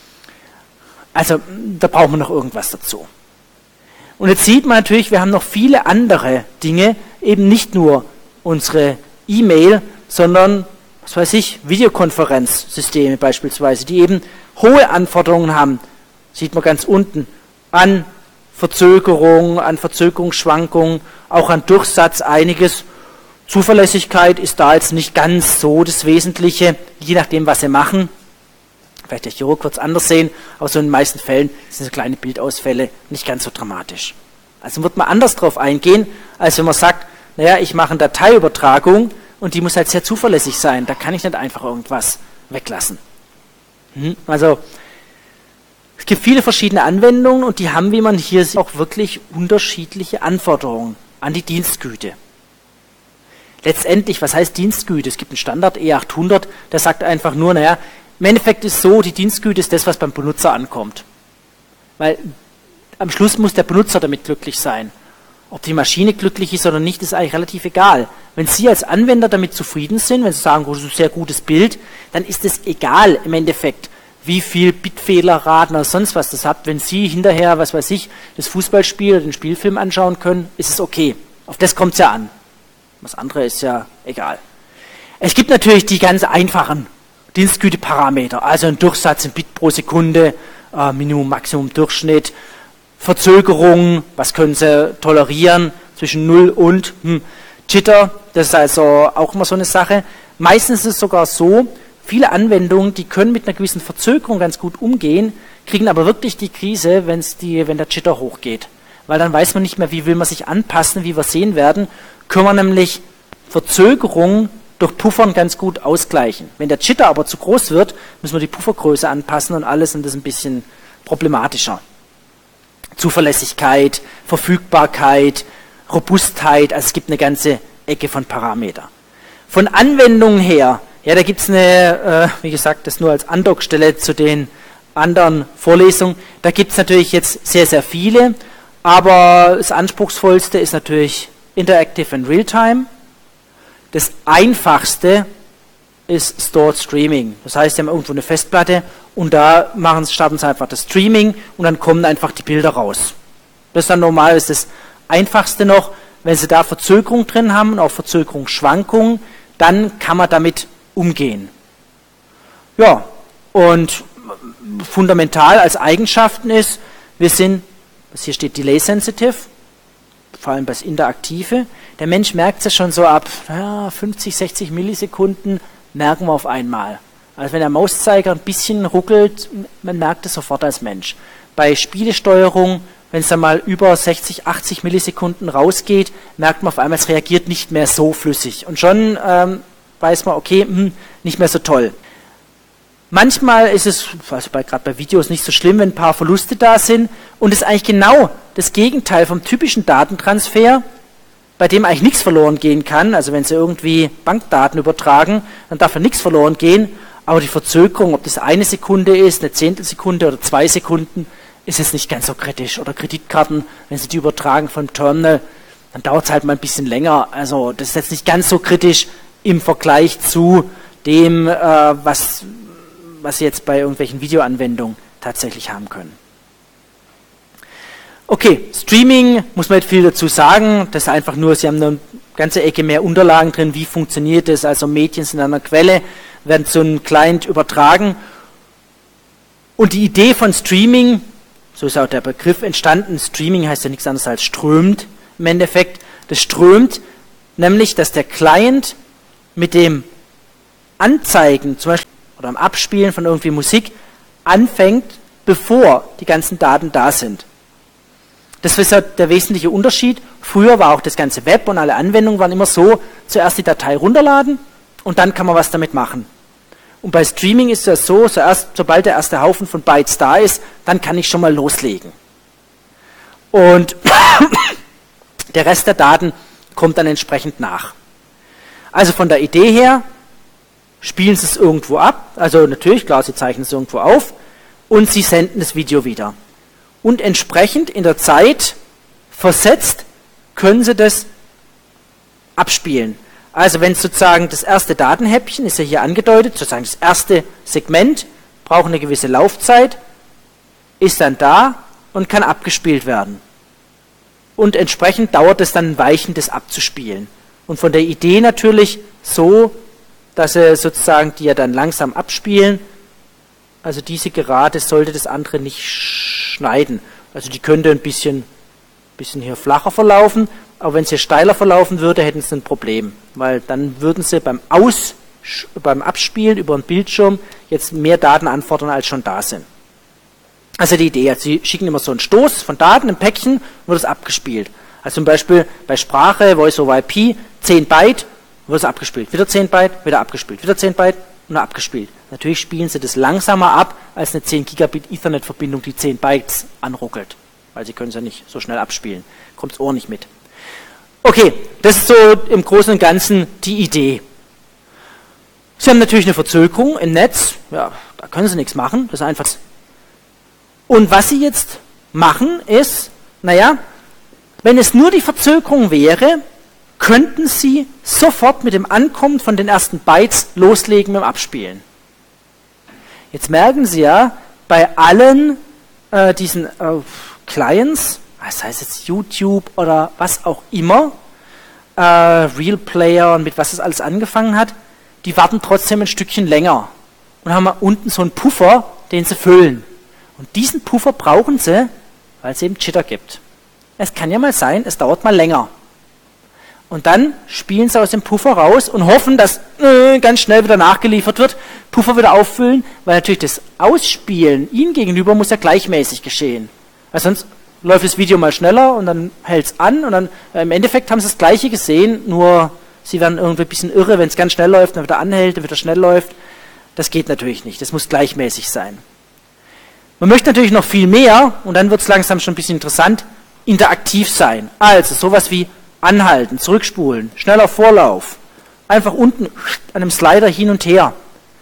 Also da braucht man noch irgendwas dazu. Und jetzt sieht man natürlich, wir haben noch viele andere Dinge, eben nicht nur unsere E-Mail, sondern, was weiß ich, Videokonferenzsysteme beispielsweise, die eben hohe Anforderungen haben, sieht man ganz unten, an Verzögerung, an Verzögerungsschwankungen, auch an Durchsatz einiges. Zuverlässigkeit ist da jetzt nicht ganz so das Wesentliche, je nachdem, was Sie machen. Vielleicht der Chirurg wird es anders sehen, aber so in den meisten Fällen sind so kleine Bildausfälle nicht ganz so dramatisch. Also wird man anders drauf eingehen, als wenn man sagt, naja, ich mache eine Dateiübertragung und die muss halt sehr zuverlässig sein. Da kann ich nicht einfach irgendwas weglassen. Also es gibt viele verschiedene Anwendungen und die haben, wie man hier sieht, auch wirklich unterschiedliche Anforderungen an die Dienstgüte. Letztendlich, was heißt Dienstgüte? Es gibt einen Standard E800, der sagt einfach nur, naja, im Endeffekt ist so, die Dienstgüte ist das, was beim Benutzer ankommt. Weil am Schluss muss der Benutzer damit glücklich sein. Ob die Maschine glücklich ist oder nicht, ist eigentlich relativ egal. Wenn Sie als Anwender damit zufrieden sind, wenn Sie sagen, das ist ein sehr gutes Bild, dann ist es egal im Endeffekt, wie viel Bitfehlerraten oder sonst was das hat. Wenn Sie hinterher, was weiß ich, das Fußballspiel oder den Spielfilm anschauen können, ist es okay. Auf das kommt es ja an. Was andere ist ja egal. Es gibt natürlich die ganz einfachen Dienstgüteparameter, also ein Durchsatz in Bit pro Sekunde, Minimum, Maximum, Durchschnitt, Verzögerung, was können Sie tolerieren zwischen 0 und Jitter, das ist also auch immer so eine Sache. Meistens ist es sogar so, viele Anwendungen, die können mit einer gewissen Verzögerung ganz gut umgehen, kriegen aber wirklich die Krise, wenn der Jitter hochgeht. Weil dann weiß man nicht mehr, wie will man sich anpassen, wie wir sehen werden, können wir nämlich Verzögerungen durch Puffern ganz gut ausgleichen. Wenn der Jitter aber zu groß wird, müssen wir die Puffergröße anpassen und alles, und das ist ein bisschen problematischer. Zuverlässigkeit, Verfügbarkeit, Robustheit, also es gibt eine ganze Ecke von Parametern. Von Anwendungen her, ja, da gibt es eine, wie gesagt, das nur als Andockstelle zu den anderen Vorlesungen, da gibt es natürlich jetzt sehr, sehr viele, aber das Anspruchsvollste ist natürlich Interactive and Realtime. Das Einfachste ist Stored Streaming. Das heißt, Sie haben irgendwo eine Festplatte und da starten Sie einfach das Streaming und dann kommen einfach die Bilder raus. Das ist dann normal, ist das Einfachste noch. Wenn Sie da Verzögerung drin haben und auch Verzögerungsschwankungen, dann kann man damit umgehen. Ja, und fundamental als Eigenschaften ist, wir sind, was hier steht, Delay Sensitive, vor allem das Interaktive. Der Mensch merkt es ja schon so ab 50, 60 Millisekunden, merken wir auf einmal. Also wenn der Mauszeiger ein bisschen ruckelt, man merkt es sofort als Mensch. Bei Spielesteuerung, wenn es dann mal über 60, 80 Millisekunden rausgeht, merkt man auf einmal, es reagiert nicht mehr so flüssig. Und schon weiß man, okay, nicht mehr so toll. Manchmal ist es, also gerade bei Videos, nicht so schlimm, wenn ein paar Verluste da sind. Und es ist eigentlich genau das Gegenteil vom typischen Datentransfer, bei dem eigentlich nichts verloren gehen kann. Also wenn Sie irgendwie Bankdaten übertragen, dann darf ja nichts verloren gehen. Aber die Verzögerung, ob das 1 Sekunde ist, eine Zehntelsekunde oder 2 Sekunden, ist es nicht ganz so kritisch. Oder Kreditkarten, wenn Sie die übertragen vom Terminal, dann dauert es halt mal ein bisschen länger. Also das ist jetzt nicht ganz so kritisch im Vergleich zu dem, was Sie jetzt bei irgendwelchen Videoanwendungen tatsächlich haben können. Okay, Streaming, muss man nicht viel dazu sagen, das ist einfach nur, Sie haben eine ganze Ecke mehr Unterlagen drin, wie funktioniert das, also Medien sind an einer Quelle, werden zu einem Client übertragen. Und die Idee von Streaming, so ist auch der Begriff entstanden, Streaming heißt ja nichts anderes als strömt im Endeffekt, das strömt, nämlich, dass der Client mit dem Anzeigen, zum Beispiel oder am Abspielen von irgendwie Musik, anfängt, bevor die ganzen Daten da sind. Das ist ja der wesentliche Unterschied. Früher war auch das ganze Web und alle Anwendungen waren immer so, zuerst die Datei runterladen und dann kann man was damit machen. Und bei Streaming ist es so, sobald der erste Haufen von Bytes da ist, dann kann ich schon mal loslegen. Und der Rest der Daten kommt dann entsprechend nach. Also von der Idee her, spielen Sie es irgendwo ab, also natürlich, klar, Sie zeichnen es irgendwo auf und Sie senden das Video wieder. Und entsprechend in der Zeit versetzt können Sie das abspielen. Also wenn sozusagen das erste Datenhäppchen, ist ja hier angedeutet, sozusagen das erste Segment, braucht eine gewisse Laufzeit, ist dann da und kann abgespielt werden. Und entsprechend dauert es dann ein Weilchen, das abzuspielen. Und von der Idee natürlich so, dass Sie sozusagen die ja dann langsam abspielen, also diese Gerade sollte das andere nicht schneiden. Also die könnte ein bisschen hier flacher verlaufen, aber wenn es hier steiler verlaufen würde, hätten Sie ein Problem, weil dann würden Sie beim Abspielen über den Bildschirm jetzt mehr Daten anfordern, als schon da sind. Also die Idee, Sie schicken immer so einen Stoß von Daten, ein Päckchen, wird es abgespielt. Also zum Beispiel bei Sprache, Voice over IP, 10 Byte, wird es abgespielt. Wieder 10 Byte, wieder abgespielt. Wieder 10 Byte, und abgespielt. Natürlich spielen Sie das langsamer ab, als eine 10 Gigabit Ethernet-Verbindung, die 10 Bytes anruckelt. Weil Sie können es ja nicht so schnell abspielen. Kommt das Ohr nicht mit. Okay, das ist so im Großen und Ganzen die Idee. Sie haben natürlich eine Verzögerung im Netz. Ja, da können Sie nichts machen. Das ist einfach. Und was Sie jetzt machen ist, naja, wenn es nur die Verzögerung wäre, könnten Sie sofort mit dem Ankommen von den ersten Bytes loslegen mit dem Abspielen. Jetzt merken Sie ja, bei allen diesen Clients, das heißt jetzt YouTube oder was auch immer, Real Player und mit was es alles angefangen hat, die warten trotzdem ein Stückchen länger und haben unten so einen Puffer, den sie füllen. Und diesen Puffer brauchen sie, weil es eben Jitter gibt. Es kann ja mal sein, es dauert mal länger. Und dann spielen sie aus dem Puffer raus und hoffen, dass ganz schnell wieder nachgeliefert wird, Puffer wieder auffüllen, weil natürlich das Ausspielen ihnen gegenüber muss ja gleichmäßig geschehen. Weil sonst läuft das Video mal schneller und dann hält es an und dann im Endeffekt haben sie das Gleiche gesehen, nur sie werden irgendwie ein bisschen irre, wenn es ganz schnell läuft, dann wieder anhält, dann wieder schnell läuft. Das geht natürlich nicht, das muss gleichmäßig sein. Man möchte natürlich noch viel mehr, und dann wird es langsam schon ein bisschen interessant, interaktiv sein. Also sowas wie anhalten, zurückspulen, schneller Vorlauf, einfach unten an einem Slider hin und her.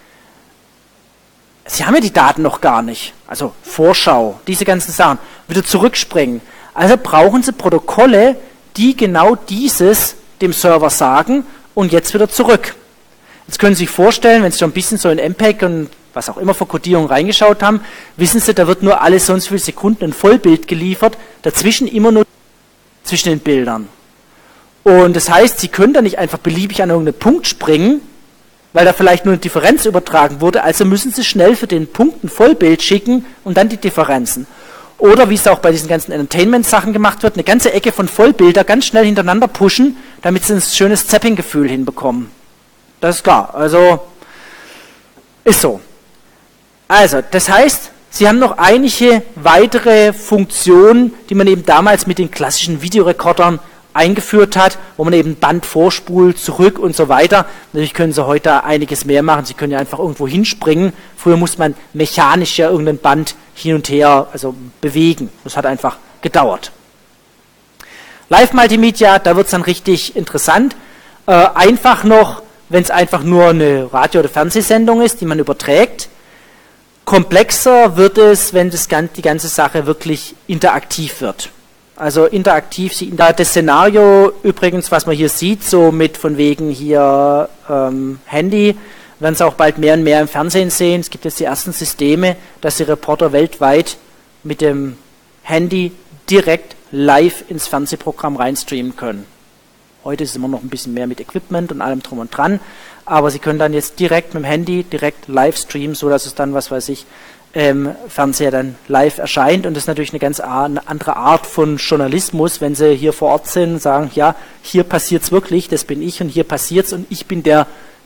Sie haben ja die Daten noch gar nicht, also Vorschau, diese ganzen Sachen, wieder zurückspringen. Also brauchen Sie Protokolle, die genau dieses dem Server sagen und jetzt wieder zurück. Jetzt können Sie sich vorstellen, wenn Sie schon ein bisschen so in MPEG und was auch immer für Codierung reingeschaut haben, wissen Sie, da wird nur alle sonst viele Sekunden ein Vollbild geliefert, dazwischen immer nur zwischen den Bildern. Und das heißt, Sie können da nicht einfach beliebig an irgendeinen Punkt springen, weil da vielleicht nur eine Differenz übertragen wurde, also müssen Sie schnell für den Punkt ein Vollbild schicken und dann die Differenzen. Oder wie es auch bei diesen ganzen Entertainment-Sachen gemacht wird, eine ganze Ecke von Vollbilder ganz schnell hintereinander pushen, damit Sie ein schönes Zapping-Gefühl hinbekommen. Das ist klar, also ist so. Also, das heißt, Sie haben noch einige weitere Funktionen, die man eben damals mit den klassischen Videorekordern eingeführt hat, wo man eben Band vorspult, zurück und so weiter. Natürlich können Sie heute einiges mehr machen. Sie können ja einfach irgendwo hinspringen. Früher musste man mechanisch ja irgendein Band hin und her bewegen. Das hat einfach gedauert. Live-Multimedia, da wird es dann richtig interessant. Einfach noch, wenn es einfach nur eine Radio- oder Fernsehsendung ist, die man überträgt. Komplexer wird es, wenn die ganze Sache wirklich interaktiv wird. Also interaktiv, das Szenario übrigens, was man hier sieht, so mit von wegen hier Handy, werden Sie auch bald mehr und mehr im Fernsehen sehen. Es gibt jetzt die ersten Systeme, dass die Reporter weltweit mit dem Handy direkt live ins Fernsehprogramm reinstreamen können. Heute ist es immer noch ein bisschen mehr mit Equipment und allem drum und dran, aber Sie können dann jetzt direkt mit dem Handy direkt live streamen, so dass es dann, was weiß ich, Fernseher dann live erscheint, und das ist natürlich eine ganz andere Art von Journalismus, wenn Sie hier vor Ort sind und sagen, ja, hier passiert es wirklich, das bin ich und hier passiert es und ich bin der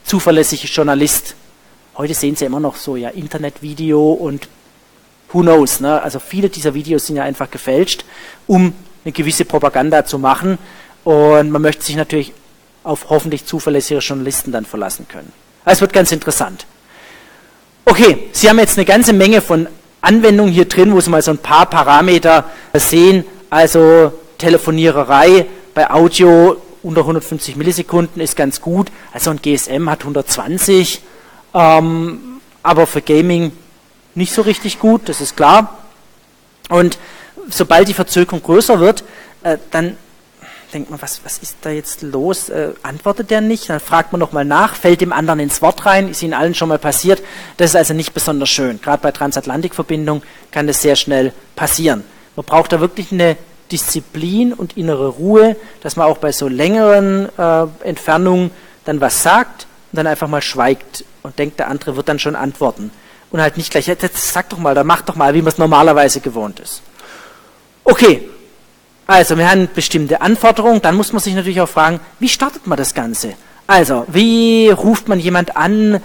zuverlässige Journalist. Heute sehen Sie immer noch so, ja, Internetvideo und who knows, ne? Also viele dieser Videos sind ja einfach gefälscht, um eine gewisse Propaganda zu machen, und man möchte sich natürlich auf hoffentlich zuverlässige Journalisten dann verlassen können. Also es wird ganz interessant. Okay, Sie haben jetzt eine ganze Menge von Anwendungen hier drin, wo Sie mal so ein paar Parameter sehen, also Telefoniererei bei Audio unter 150 Millisekunden ist ganz gut, also ein GSM hat 120, aber für Gaming nicht so richtig gut, das ist klar. Und sobald die Verzögerung größer wird, dann denkt man, was ist da jetzt los? Antwortet der nicht? Dann fragt man nochmal nach, fällt dem anderen ins Wort rein, ist Ihnen allen schon mal passiert. Das ist also nicht besonders schön. Gerade bei Transatlantikverbindung kann das sehr schnell passieren. Man braucht da wirklich eine Disziplin und innere Ruhe, dass man auch bei so längeren Entfernungen dann was sagt und dann einfach mal schweigt und denkt, der andere wird dann schon antworten. Und halt nicht gleich, jetzt sag doch mal, oder mach doch mal, wie man es normalerweise gewohnt ist. Okay, also wir haben bestimmte Anforderungen, dann muss man sich natürlich auch fragen, wie startet man das Ganze? Also, wie ruft man jemand an,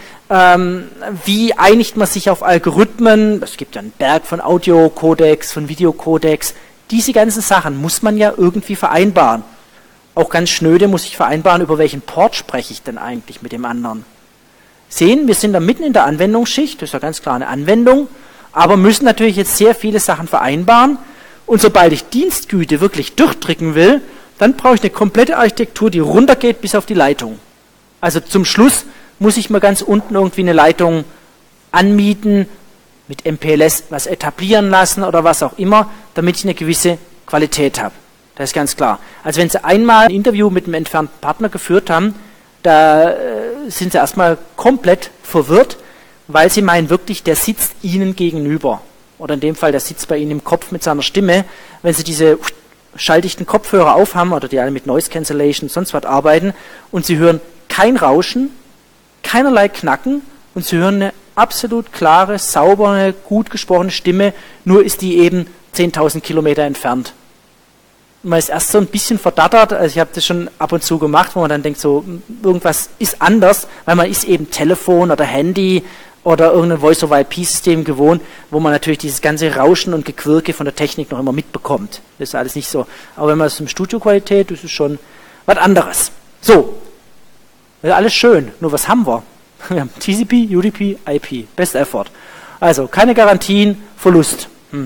wie einigt man sich auf Algorithmen, es gibt ja einen Berg von Audiocodecs, von Videocodecs, diese ganzen Sachen muss man ja irgendwie vereinbaren. Auch ganz schnöde muss ich vereinbaren, über welchen Port spreche ich denn eigentlich mit dem anderen. Sehen, wir sind da mitten in der Anwendungsschicht, das ist ja ganz klar eine Anwendung, aber müssen natürlich jetzt sehr viele Sachen vereinbaren, und sobald ich Dienstgüte wirklich durchdrücken will, dann brauche ich eine komplette Architektur, die runtergeht bis auf die Leitung. Also zum Schluss muss ich mir ganz unten irgendwie eine Leitung anmieten, mit MPLS was etablieren lassen oder was auch immer, damit ich eine gewisse Qualität habe. Das ist ganz klar. Also wenn Sie einmal ein Interview mit einem entfernten Partner geführt haben, da sind Sie erstmal komplett verwirrt, weil Sie meinen wirklich, der sitzt Ihnen gegenüber. Oder in dem Fall, der sitzt bei Ihnen im Kopf mit seiner Stimme. Wenn Sie diese schalldichten Kopfhörer aufhaben oder die alle mit Noise Cancellation sonst was arbeiten und Sie hören kein Rauschen, keinerlei Knacken und Sie hören eine absolut klare, saubere, gut gesprochene Stimme, nur ist die eben 10.000 Kilometer entfernt. Man ist erst so ein bisschen verdattert, also ich habe das schon ab und zu gemacht, wo man dann denkt, so irgendwas ist anders, weil man ist eben Telefon oder Handy oder irgendein Voice-over-IP-System gewohnt, wo man natürlich dieses ganze Rauschen und Gequirke von der Technik noch immer mitbekommt. Das ist alles nicht so. Aber wenn man es im Studioqualität, das ist schon was anderes. So, das ist alles schön, nur was haben wir? Wir haben TCP, UDP, IP, Best Effort. Also keine Garantien, Verlust.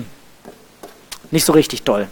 Nicht so richtig toll.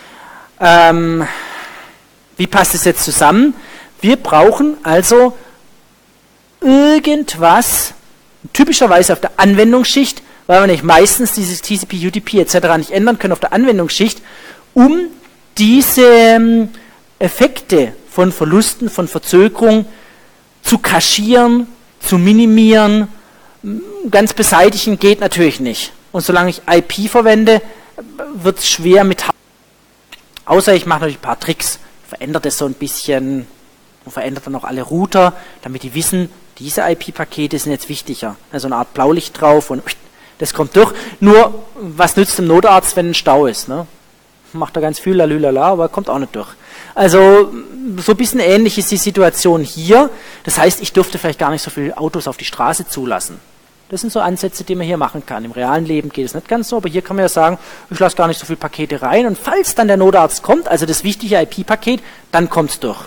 Wie passt es jetzt zusammen? Wir brauchen also irgendwas, typischerweise auf der Anwendungsschicht, weil wir nicht meistens dieses TCP, UDP etc. nicht ändern können auf der Anwendungsschicht, um diese Effekte von Verlusten, von Verzögerung zu kaschieren, zu minimieren. Ganz beseitigen geht natürlich nicht. Und solange ich IP verwende, wird es schwer mit. Außer ich mache natürlich ein paar Tricks, verändert es so ein bisschen und verändert dann auch alle Router, damit die wissen, diese IP-Pakete sind jetzt wichtiger. Also eine Art Blaulicht drauf und das kommt durch. Nur, was nützt dem Notarzt, wenn ein Stau ist? Ne? Macht er ganz viel, lalülala, aber kommt auch nicht durch. Also so ein bisschen ähnlich ist die Situation hier. Das heißt, ich dürfte vielleicht gar nicht so viele Autos auf die Straße zulassen. Das sind so Ansätze, die man hier machen kann. Im realen Leben geht es nicht ganz so, aber hier kann man ja sagen, ich lasse gar nicht so viele Pakete rein und falls dann der Notarzt kommt, also das wichtige IP-Paket, dann kommt es durch.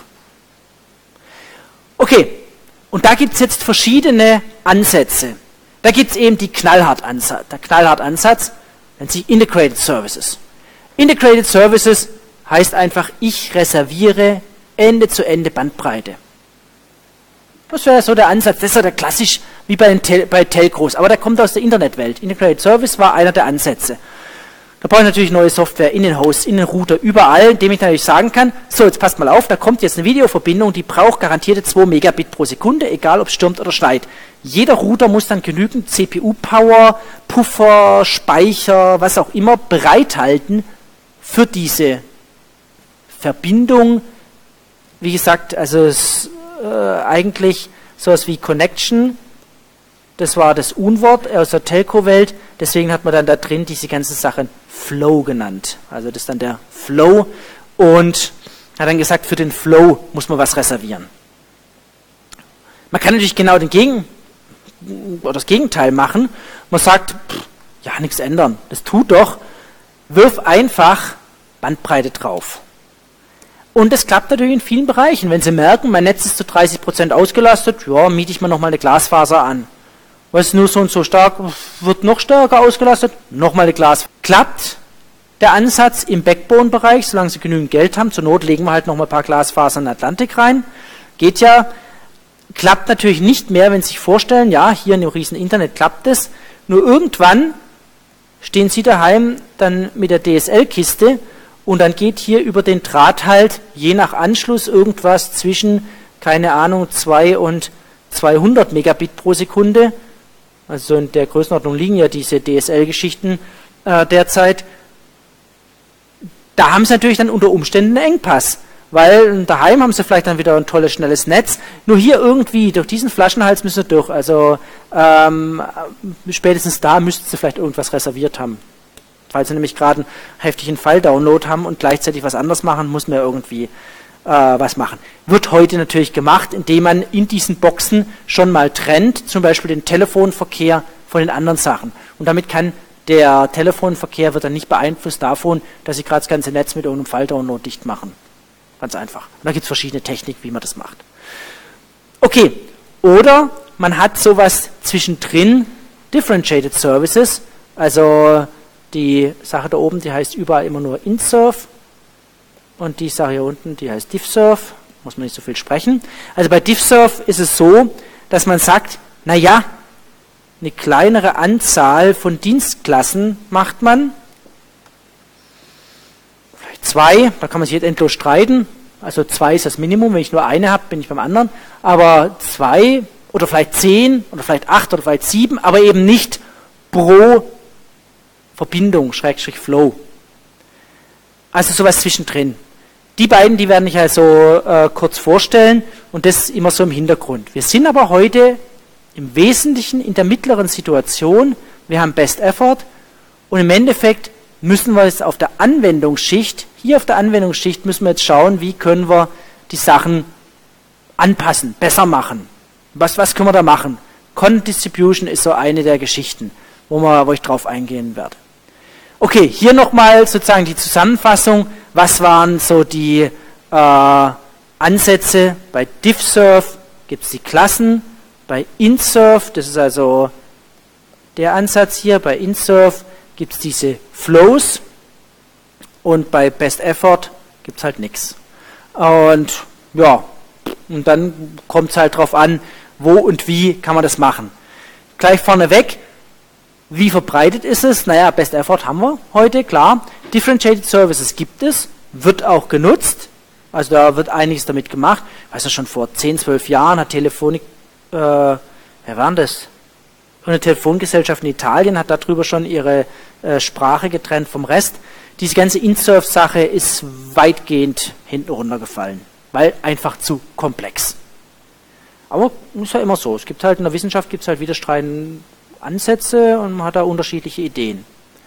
Okay, und da gibt es jetzt verschiedene Ansätze. Da gibt es eben die Knallhart-Ansatz. Der Knallhart-Ansatz nennt sich Integrated Services. Integrated Services heißt einfach, ich reserviere Ende-zu-Ende Bandbreite. Das wäre so der Ansatz, das ist ja der klassisch wie bei Telcos, aber der kommt aus der Internetwelt. Integrated Service war einer der Ansätze. Da brauche ich natürlich neue Software in den Hosts, in den Router, überall, indem ich natürlich sagen kann, so jetzt passt mal auf, da kommt jetzt eine Videoverbindung, die braucht garantierte 2 Megabit pro Sekunde, egal ob es stürmt oder schneit. Jeder Router muss dann genügend CPU-Power, Puffer, Speicher, was auch immer bereithalten für diese Verbindung. Wie gesagt, also es eigentlich sowas wie Connection, das war das Unwort aus der Telco-Welt, deswegen hat man dann da drin diese ganze Sache Flow genannt. Also das ist dann der Flow und hat dann gesagt, für den Flow muss man was reservieren. Man kann natürlich genau das Gegenteil machen. Man sagt, ja, nichts ändern. Das tut doch. Wirf einfach Bandbreite drauf. Und das klappt natürlich in vielen Bereichen. Wenn Sie merken, mein Netz ist zu 30% ausgelastet, ja, miete ich mir nochmal eine Glasfaser an. Weil es nur so und so stark wird, noch stärker ausgelastet, nochmal eine Glasfaser. Klappt der Ansatz im Backbone-Bereich, solange Sie genügend Geld haben. Zur Not legen wir halt nochmal ein paar Glasfasern in den Atlantik rein. Geht ja. Klappt natürlich nicht mehr, wenn Sie sich vorstellen, ja, hier in dem riesen Internet klappt es. Nur irgendwann stehen Sie daheim dann mit der DSL-Kiste und dann geht hier über den Draht halt, je nach Anschluss, irgendwas zwischen, keine Ahnung, 2 und 200 Megabit pro Sekunde. Also in der Größenordnung liegen ja diese DSL-Geschichten derzeit. Da haben Sie natürlich dann unter Umständen einen Engpass. Weil daheim haben Sie vielleicht dann wieder ein tolles, schnelles Netz. Nur hier irgendwie, durch diesen Flaschenhals müssen Sie durch. Also spätestens da müssten Sie vielleicht irgendwas reserviert haben. Falls Sie nämlich gerade einen heftigen File-Download haben und gleichzeitig was anderes machen, muss man irgendwie was machen. Wird heute natürlich gemacht, indem man in diesen Boxen schon mal trennt, zum Beispiel den Telefonverkehr von den anderen Sachen. Und damit kann der Telefonverkehr wird dann nicht beeinflusst davon, dass Sie gerade das ganze Netz mit irgendeinem File-Download dicht machen. Ganz einfach. Und da gibt es verschiedene Techniken, wie man das macht. Okay, oder man hat sowas zwischendrin, Differentiated Services, also die Sache da oben, die heißt überall immer nur InServe und die Sache hier unten, die heißt DiffServe, muss man nicht so viel sprechen. Also bei DiffServe ist es so, dass man sagt, naja, eine kleinere Anzahl von Dienstklassen macht man, 2, da kann man sich jetzt endlos streiten. Also 2 ist das Minimum. Wenn ich nur eine habe, bin ich beim anderen. Aber 2 oder vielleicht 10 oder vielleicht 8 oder vielleicht 7, aber eben nicht pro Verbindung, Schrägstrich Flow. Also sowas zwischendrin. Die beiden, die werde ich also kurz vorstellen und das immer so im Hintergrund. Wir sind aber heute im Wesentlichen in der mittleren Situation. Wir haben Best Effort und im Endeffekt müssen wir jetzt auf der Anwendungsschicht, hier auf der Anwendungsschicht müssen wir jetzt schauen, wie können wir die Sachen anpassen, besser machen. Was können wir da machen? Content Distribution ist so eine der Geschichten, wo ich drauf eingehen werde. Okay, hier nochmal sozusagen die Zusammenfassung. Was waren so die Ansätze? Bei DiffServe gibt es die Klassen, bei InServe, das ist also der Ansatz hier, bei InServe gibt es diese Flows und bei Best Effort gibt es halt nichts. Und ja, und dann kommt es halt drauf an, wo und wie kann man das machen. Gleich vorneweg, wie verbreitet ist es? Naja, Best Effort haben wir heute, klar. Differentiated Services gibt es, wird auch genutzt. Also da wird einiges damit gemacht. Ich weiß ja, schon vor 10, 12 Jahren hat Telefonik, wer war denn das? Eine Telefongesellschaft in Italien hat darüber schon ihre Sprache getrennt vom Rest. Diese ganze InServe-Sache ist weitgehend hinten runtergefallen, weil einfach zu komplex. Aber ist ja immer so. Es gibt halt in der Wissenschaft halt widerstreitende Ansätze und man hat da unterschiedliche Ideen.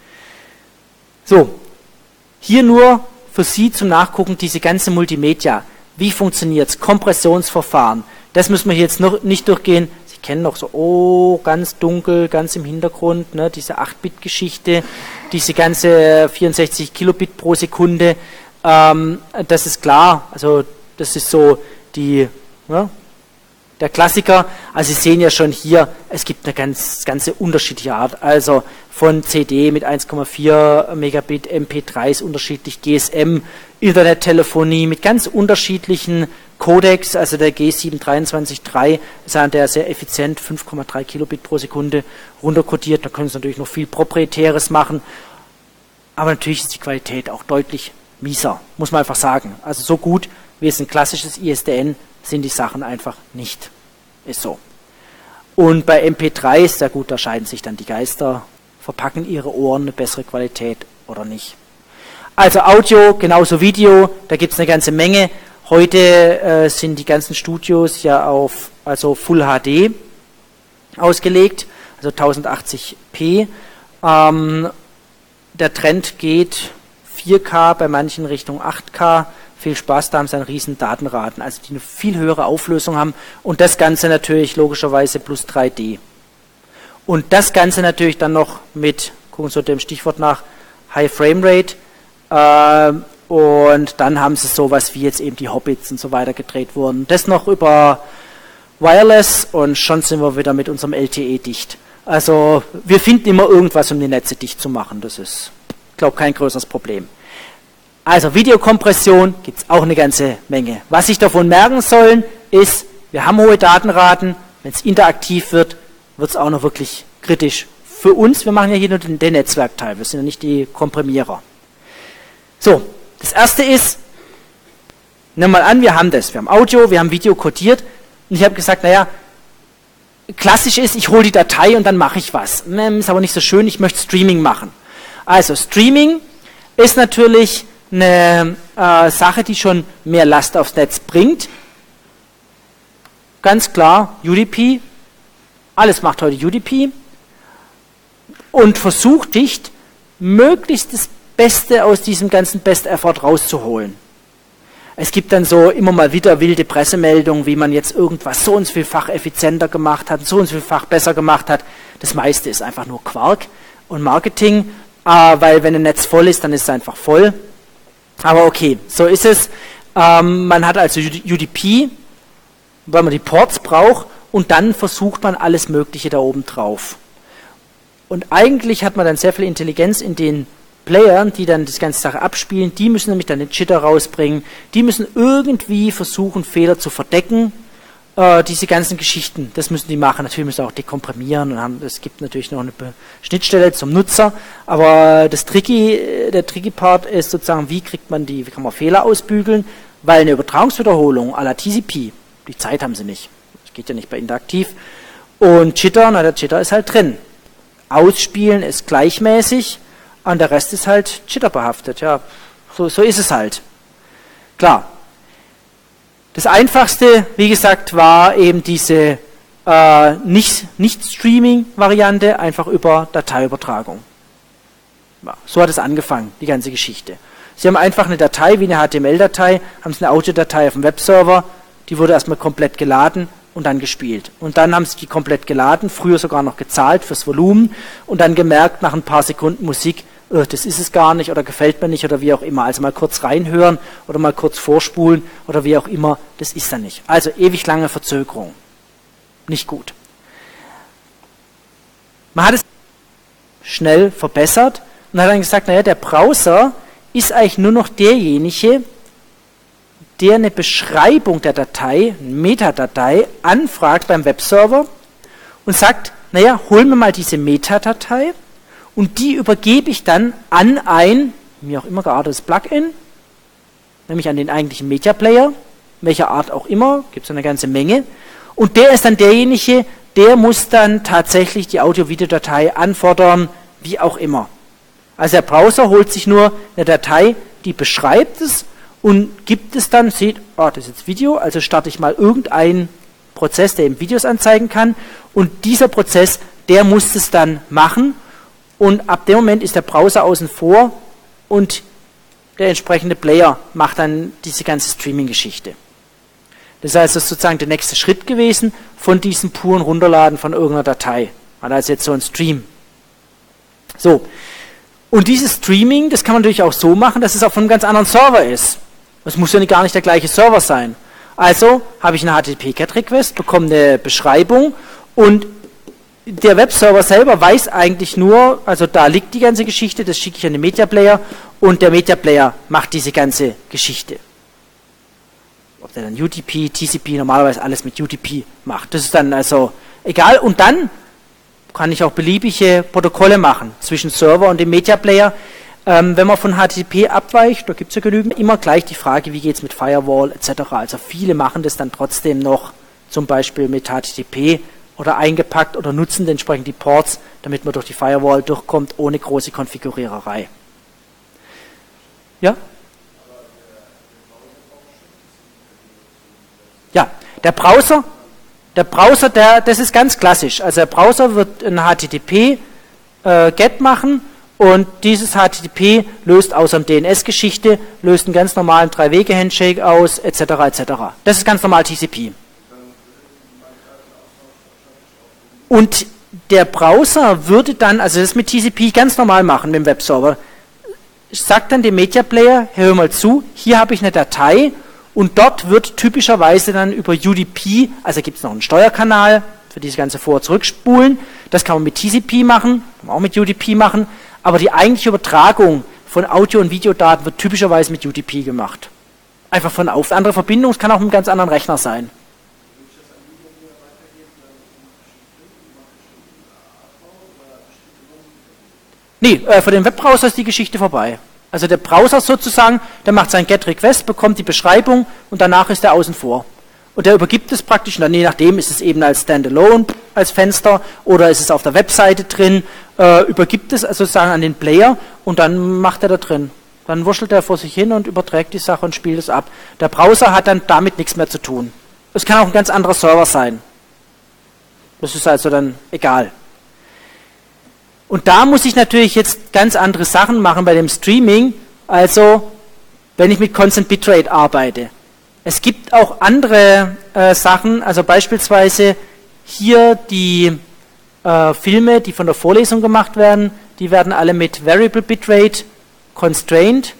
So, hier nur für Sie zum Nachgucken diese ganze Multimedia. Wie funktioniert es? Kompressionsverfahren. Das müssen wir hier jetzt noch nicht durchgehen. Sie kennen noch so, ganz dunkel, ganz im Hintergrund, ne, diese 8-Bit-Geschichte, diese ganze 64 Kilobit pro Sekunde. Das ist klar. Also das ist so der Klassiker. Also Sie sehen ja schon hier, es gibt eine ganze unterschiedliche Art. Also von CD mit 1,4 Megabit, MP3s unterschiedlich, GSM, Internettelefonie mit ganz unterschiedlichen Codecs, also der G723.3 ist der sehr effizient, 5,3 Kilobit pro Sekunde runterkodiert. Da können Sie natürlich noch viel Proprietäres machen. Aber natürlich ist die Qualität auch deutlich mieser, muss man einfach sagen. Also so gut wie es ein klassisches ISDN sind die Sachen einfach nicht. Ist so. Und bei MP3 ist ja gut, da scheiden sich dann die Geister. Verpacken Ihre Ohren eine bessere Qualität oder nicht? Also Audio, genauso Video, da gibt es eine ganze Menge. Heute sind die ganzen Studios ja auf Full HD ausgelegt, also 1080p. Der Trend geht 4K, bei manchen Richtung 8K, viel Spaß, da haben sie dann riesen Datenraten, also die eine viel höhere Auflösung haben und das Ganze natürlich logischerweise plus 3D. Und das Ganze natürlich dann noch mit, gucken Sie dem Stichwort nach, High Framerate und dann haben sie sowas wie jetzt eben die Hobbits und so weiter gedreht wurden. Das noch über Wireless und schon sind wir wieder mit unserem LTE dicht. Also wir finden immer irgendwas, um die Netze dicht zu machen. Das ist, glaube ich, kein größeres Problem. Also Videokompression gibt es auch eine ganze Menge. Was Sie davon merken sollen, ist, wir haben hohe Datenraten. Wenn es interaktiv wird, wird es auch noch wirklich kritisch. Für uns, wir machen ja hier nur den Netzwerkteil, wir sind ja nicht die Komprimierer. So, das erste ist, nehmen wir mal an, wir haben das. Wir haben Audio, wir haben Video codiert. Und ich habe gesagt, naja, klassisch ist, ich hole die Datei und dann mache ich was. Ist aber nicht so schön, ich möchte Streaming machen. Also Streaming ist natürlich eine Sache, die schon mehr Last aufs Netz bringt. Ganz klar, UDP, alles macht heute UDP und versucht nicht, möglichst das Beste aus diesem ganzen Best Effort rauszuholen. Es gibt dann so immer mal wieder wilde Pressemeldungen, wie man jetzt irgendwas so und so vielfach effizienter gemacht hat, so und so vielfach besser gemacht hat. Das meiste ist einfach nur Quark und Marketing, weil wenn ein Netz voll ist, dann ist es einfach voll. Aber okay, so ist es. Man hat also UDP, weil man die Ports braucht und dann versucht man alles Mögliche da oben drauf. Und eigentlich hat man dann sehr viel Intelligenz in den Playern, die dann das ganze Sache abspielen, die müssen nämlich dann den Jitter rausbringen, die müssen irgendwie versuchen, Fehler zu verdecken, diese ganzen Geschichten, das müssen die machen, natürlich müssen sie auch dekomprimieren und es gibt natürlich noch eine Schnittstelle zum Nutzer, aber der tricky Part ist sozusagen, wie kann man Fehler ausbügeln, weil eine Übertragungswiederholung à la TCP, die Zeit haben sie nicht, das geht ja nicht bei interaktiv, und Jitter, der Jitter ist halt drin. Ausspielen ist gleichmäßig, und der Rest ist halt jitterbehaftet. Ja, so ist es halt. Klar. Das Einfachste, wie gesagt, war eben diese Nicht-Streaming-Variante, einfach über Dateiübertragung. Ja, so hat es angefangen, die ganze Geschichte. Sie haben einfach eine Datei, wie eine HTML-Datei, haben Sie eine Audiodatei auf dem Webserver, die wurde erstmal komplett geladen und dann gespielt. Und dann haben Sie die komplett geladen, früher sogar noch gezahlt fürs Volumen und dann gemerkt, nach ein paar Sekunden Musik, das ist es gar nicht oder gefällt mir nicht oder wie auch immer. Also mal kurz reinhören oder mal kurz vorspulen oder wie auch immer, das ist dann nicht. Also ewig lange Verzögerung. Nicht gut. Man hat es schnell verbessert und hat dann gesagt, naja, der Browser ist eigentlich nur noch derjenige, der eine Beschreibung der Datei, eine Metadatei, anfragt beim Webserver und sagt, naja, hol mir mal diese Metadatei und die übergebe ich dann an ein, wie auch immer geartetes Plugin, nämlich an den eigentlichen Media Player, welcher Art auch immer, gibt es eine ganze Menge, und der ist dann derjenige, der muss dann tatsächlich die Audio-Video-Datei anfordern, wie auch immer. Also der Browser holt sich nur eine Datei, die beschreibt es und gibt es dann, sieht, das ist jetzt Video, also starte ich mal irgendeinen Prozess, der eben Videos anzeigen kann und dieser Prozess, der muss es dann machen und ab dem Moment ist der Browser außen vor und der entsprechende Player macht dann diese ganze Streaming-Geschichte. Das heißt, das ist sozusagen der nächste Schritt gewesen von diesem puren Runterladen von irgendeiner Datei. Also jetzt so ein Stream. So. Und dieses Streaming, das kann man natürlich auch so machen, dass es auf einem ganz anderen Server ist. Es muss ja gar nicht der gleiche Server sein. Also habe ich einen HTTP-GET-Request, bekomme eine Beschreibung und der Webserver selber weiß eigentlich nur, also da liegt die ganze Geschichte, das schicke ich an den Media Player und der Media Player macht diese ganze Geschichte. Ob der dann UDP, TCP, normalerweise alles mit UDP macht. Das ist dann also egal. Und dann kann ich auch beliebige Protokolle machen zwischen Server und dem Media Player. Wenn man von HTTP abweicht, da gibt es ja genügend, immer gleich die Frage, wie geht es mit Firewall etc. Also viele machen das dann trotzdem noch zum Beispiel mit HTTP oder eingepackt oder nutzen entsprechend die Ports, damit man durch die Firewall durchkommt, ohne große Konfiguriererei. Ja? Ja, der Browser, das ist ganz klassisch. Also der Browser wird ein HTTP-GET machen Und dieses HTTP löst außer DNS-Geschichte, löst einen ganz normalen 3-Wege-Handshake aus, etc. etc. Das ist ganz normal TCP. Und der Browser würde dann, also das mit TCP ganz normal machen, mit dem Webserver, sagt dann dem Media Player, hör mal zu, hier habe ich eine Datei und dort wird typischerweise dann über UDP, also gibt es noch einen Steuerkanal für diese ganze Vor- und Zurückspulen, das kann man mit TCP machen, kann man auch mit UDP machen, aber die eigentliche Übertragung von Audio- und Videodaten wird typischerweise mit UDP gemacht. Einfach von auf. Andere Verbindung, es kann auch mit einem ganz anderen Rechner sein. Nee, für den Webbrowser ist die Geschichte vorbei. Also der Browser sozusagen, der macht sein GET-Request, bekommt die Beschreibung und danach ist er außen vor. Und der übergibt es praktisch, und dann je nachdem ist es eben als Standalone, als Fenster, oder ist es auf der Webseite drin, übergibt es also sozusagen an den Player und dann macht er da drin. Dann wurschtelt er vor sich hin und überträgt die Sache und spielt es ab. Der Browser hat dann damit nichts mehr zu tun. Es kann auch ein ganz anderer Server sein. Das ist also dann egal. Und da muss ich natürlich jetzt ganz andere Sachen machen bei dem Streaming, also wenn ich mit Constant Bitrate arbeite. Es gibt auch andere Sachen, also beispielsweise hier die Filme, die von der Vorlesung gemacht werden, die werden alle mit Variable Bitrate Constraint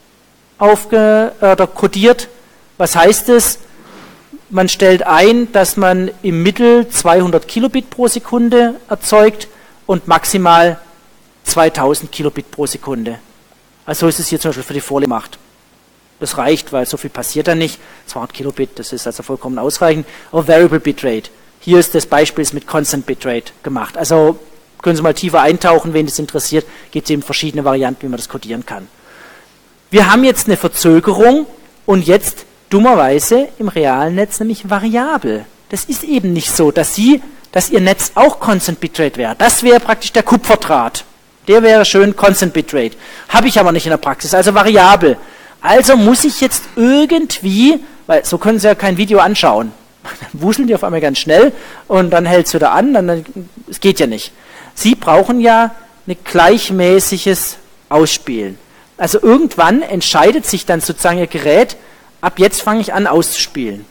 kodiert. Was heißt es? Man stellt ein, dass man im Mittel 200 Kilobit pro Sekunde erzeugt und maximal 2000 Kilobit pro Sekunde. Also ist es hier zum Beispiel für die Vorlesung gemacht. Das reicht, weil so viel passiert da nicht. 200 Kilobit, das ist also vollkommen ausreichend. Aber Variable Bitrate. Hier ist das Beispiel mit Constant Bitrate gemacht. Also können Sie mal tiefer eintauchen, wen das interessiert. Gibt es eben verschiedene Varianten, wie man das codieren kann. Wir haben jetzt eine Verzögerung und jetzt dummerweise im realen Netz nämlich variabel. Das ist eben nicht so, dass Ihr Netz auch Constant Bitrate wäre. Das wäre praktisch der Kupferdraht. Der wäre schön Constant Bitrate. Habe ich aber nicht in der Praxis, also variabel. Also muss ich jetzt irgendwie, weil so können Sie ja kein Video anschauen, dann wuseln die auf einmal ganz schnell und dann hält es wieder an, es geht ja nicht. Sie brauchen ja ein gleichmäßiges Ausspielen. Also irgendwann entscheidet sich dann sozusagen Ihr Gerät, ab jetzt fange ich an auszuspielen.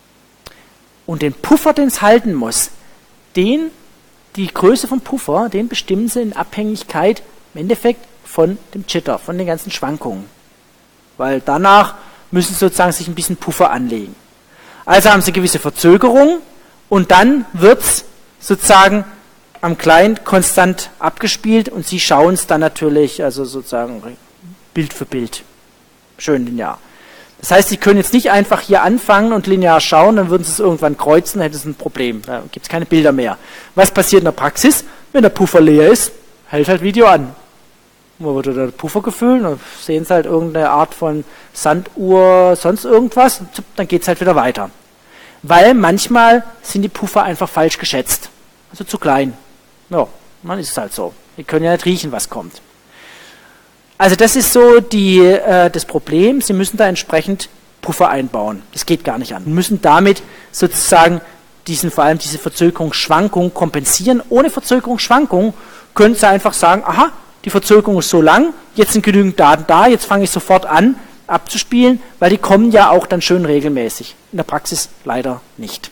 Und den Puffer, den es halten muss, die Größe vom Puffer, den bestimmen Sie in Abhängigkeit im Endeffekt von dem Jitter, von den ganzen Schwankungen. Weil danach müssen Sie sozusagen sich ein bisschen Puffer anlegen. Also haben Sie gewisse Verzögerung und dann wird es sozusagen am Client konstant abgespielt und Sie schauen es dann natürlich, also sozusagen Bild für Bild. Schön linear. Das heißt, Sie können jetzt nicht einfach hier anfangen und linear schauen, dann würden Sie es irgendwann kreuzen, dann hätten Sie ein Problem. Da gibt es keine Bilder mehr. Was passiert in der Praxis? Wenn der Puffer leer ist, hält halt Video an. Wo wird der Puffer gefüllt? Dann sehen Sie halt irgendeine Art von Sanduhr, sonst irgendwas, dann geht es halt wieder weiter. Weil manchmal sind die Puffer einfach falsch geschätzt. Also zu klein. Ja, dann ist es halt so. Die können ja nicht riechen, was kommt. Also das ist so das Problem. Sie müssen da entsprechend Puffer einbauen. Das geht gar nicht an. Sie müssen damit sozusagen vor allem diese Verzögerungsschwankung kompensieren. Ohne Verzögerungsschwankung können Sie einfach sagen, aha, die Verzögerung ist so lang, jetzt sind genügend Daten da, jetzt fange ich sofort an abzuspielen, weil die kommen ja auch dann schön regelmäßig. In der Praxis leider nicht.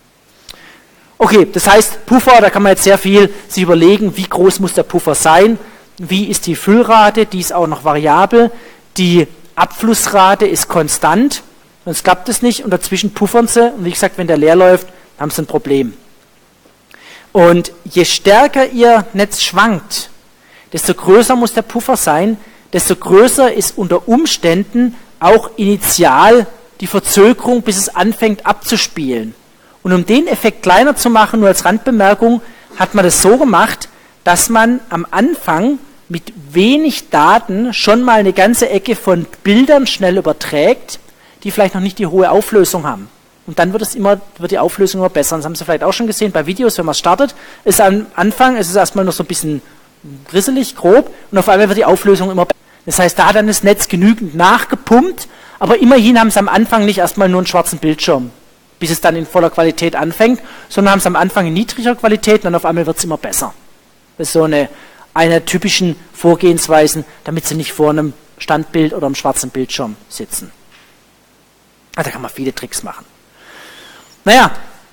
Okay, das heißt Puffer, da kann man jetzt sehr viel sich überlegen, wie groß muss der Puffer sein, wie ist die Füllrate, die ist auch noch variabel, die Abflussrate ist konstant, sonst klappt es nicht und dazwischen puffern Sie und wie gesagt, wenn der leer läuft, haben Sie ein Problem. Und je stärker Ihr Netz schwankt, desto größer muss der Puffer sein, desto größer ist unter Umständen auch initial die Verzögerung, bis es anfängt abzuspielen. Und um den Effekt kleiner zu machen, nur als Randbemerkung, hat man das so gemacht, dass man am Anfang mit wenig Daten schon mal eine ganze Ecke von Bildern schnell überträgt, die vielleicht noch nicht die hohe Auflösung haben. Und dann wird die Auflösung immer besser. Das haben Sie vielleicht auch schon gesehen bei Videos, wenn man startet, ist am Anfang ist es erstmal noch so ein bisschen risselig, grob, und auf einmal wird die Auflösung immer besser. Das heißt, da hat dann das Netz genügend nachgepumpt, aber immerhin haben Sie am Anfang nicht erstmal nur einen schwarzen Bildschirm, bis es dann in voller Qualität anfängt, sondern haben Sie am Anfang in niedriger Qualität und dann auf einmal wird es immer besser. Das ist so eine einer typischen Vorgehensweisen, damit sie nicht vor einem Standbild oder einem schwarzen Bildschirm sitzen. Also da kann man viele Tricks machen. Naja,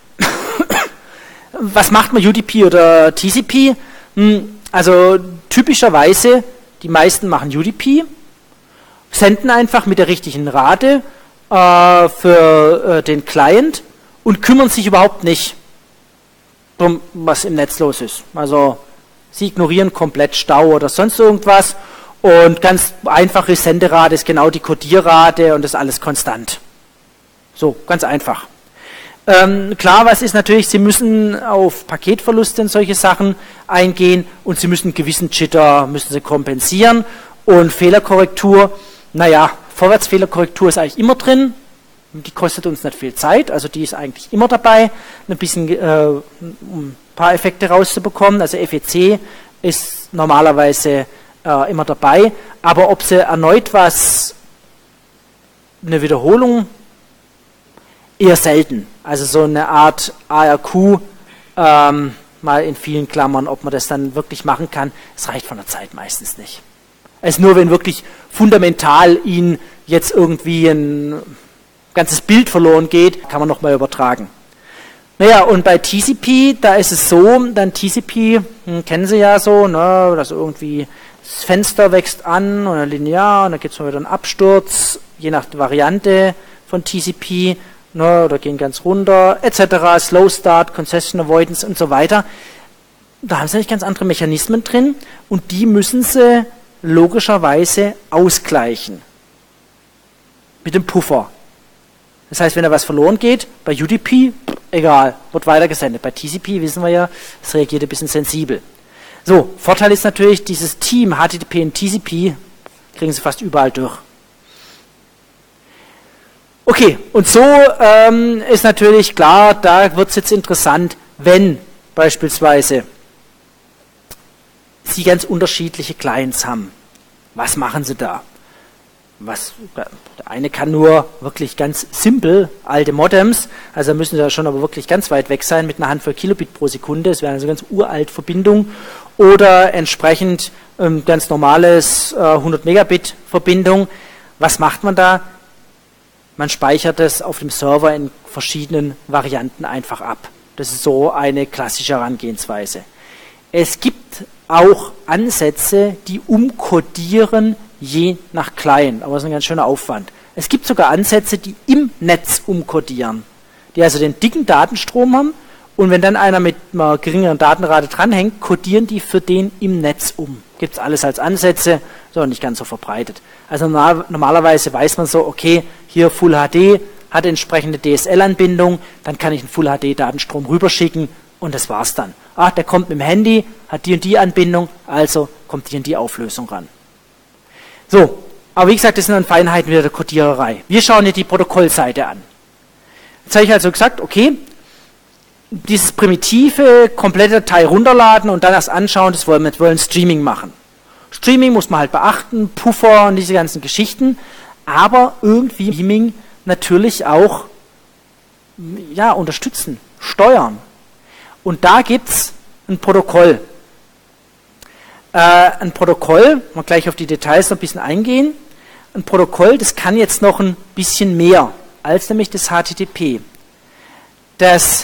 was macht man UDP oder TCP? Also typischerweise, die meisten machen UDP, senden einfach mit der richtigen Rate für den Client und kümmern sich überhaupt nicht darum, was im Netz los ist. Also sie ignorieren komplett Stau oder sonst irgendwas und ganz einfache Senderate ist genau die Codierrate und das ist alles konstant. So, ganz einfach. Klar, was ist natürlich, Sie müssen auf Paketverluste und solche Sachen eingehen und Sie müssen einen gewissen Jitter müssen Sie kompensieren und Fehlerkorrektur, naja, Vorwärtsfehlerkorrektur ist eigentlich immer drin, die kostet uns nicht viel Zeit, also die ist eigentlich immer dabei, ein bisschen ein paar Effekte rauszubekommen, also FEC ist normalerweise immer dabei, aber ob Sie erneut eine Wiederholung, eher selten. Also so eine Art ARQ, mal in vielen Klammern, ob man das dann wirklich machen kann, es reicht von der Zeit meistens nicht. Es ist nur, wenn wirklich fundamental Ihnen jetzt irgendwie ein ganzes Bild verloren geht, kann man nochmal übertragen. Naja, und bei TCP, da ist es so, dann TCP, kennen Sie ja so, ne, dass irgendwie das Fenster wächst an oder linear und dann gibt es mal wieder einen Absturz, je nach Variante von TCP, ne, oder gehen ganz runter, etc., Slow Start, Congestion Avoidance und so weiter. Da haben Sie nicht ganz andere Mechanismen drin und die müssen Sie logischerweise ausgleichen mit dem Puffer. Das heißt, wenn da was verloren geht, bei UDP, egal, wird weitergesendet. Bei TCP wissen wir ja, es reagiert ein bisschen sensibel. So, Vorteil ist natürlich, dieses Team HTTP und TCP kriegen Sie fast überall durch. Okay, und so ist natürlich klar, da wird es jetzt interessant, wenn beispielsweise Sie ganz unterschiedliche Clients haben. Was machen Sie da? Der eine kann nur wirklich ganz simpel alte Modems, also müssen Sie da schon aber wirklich ganz weit weg sein mit einer Handvoll Kilobit pro Sekunde, das wäre also ganz uralt Verbindung, oder entsprechend ganz normales 100 Megabit Verbindung. Was macht man da? Man speichert es auf dem Server in verschiedenen Varianten einfach ab. Das ist so eine klassische Herangehensweise. Es gibt auch Ansätze, die umkodieren je nach Client, aber das ist ein ganz schöner Aufwand. Es gibt sogar Ansätze, die im Netz umkodieren, die also den dicken Datenstrom haben und wenn dann einer mit einer geringeren Datenrate dranhängt, kodieren die für den im Netz um. Gibt es alles als Ansätze, so nicht ganz so verbreitet. Also normalerweise weiß man so, okay, hier Full HD hat entsprechende DSL-Anbindung, dann kann ich einen Full HD-Datenstrom rüberschicken und das war's dann. Ah, der kommt mit dem Handy, hat die und die Anbindung, also kommt die und die Auflösung ran. So, aber wie gesagt, das sind dann Feinheiten wieder der Codiererei. Wir schauen hier die Protokollseite an. Jetzt habe ich also gesagt, okay, dieses primitive, komplette Datei runterladen und dann erst anschauen, das wollen wir Streaming machen. Streaming muss man halt beachten, Puffer und diese ganzen Geschichten, aber irgendwie Streaming natürlich auch ja, unterstützen, steuern. Und da gibt es ein Protokoll. Ein Protokoll, mal gleich auf die Details noch ein bisschen eingehen. Ein Protokoll, das kann jetzt noch ein bisschen mehr als nämlich das HTTP. Das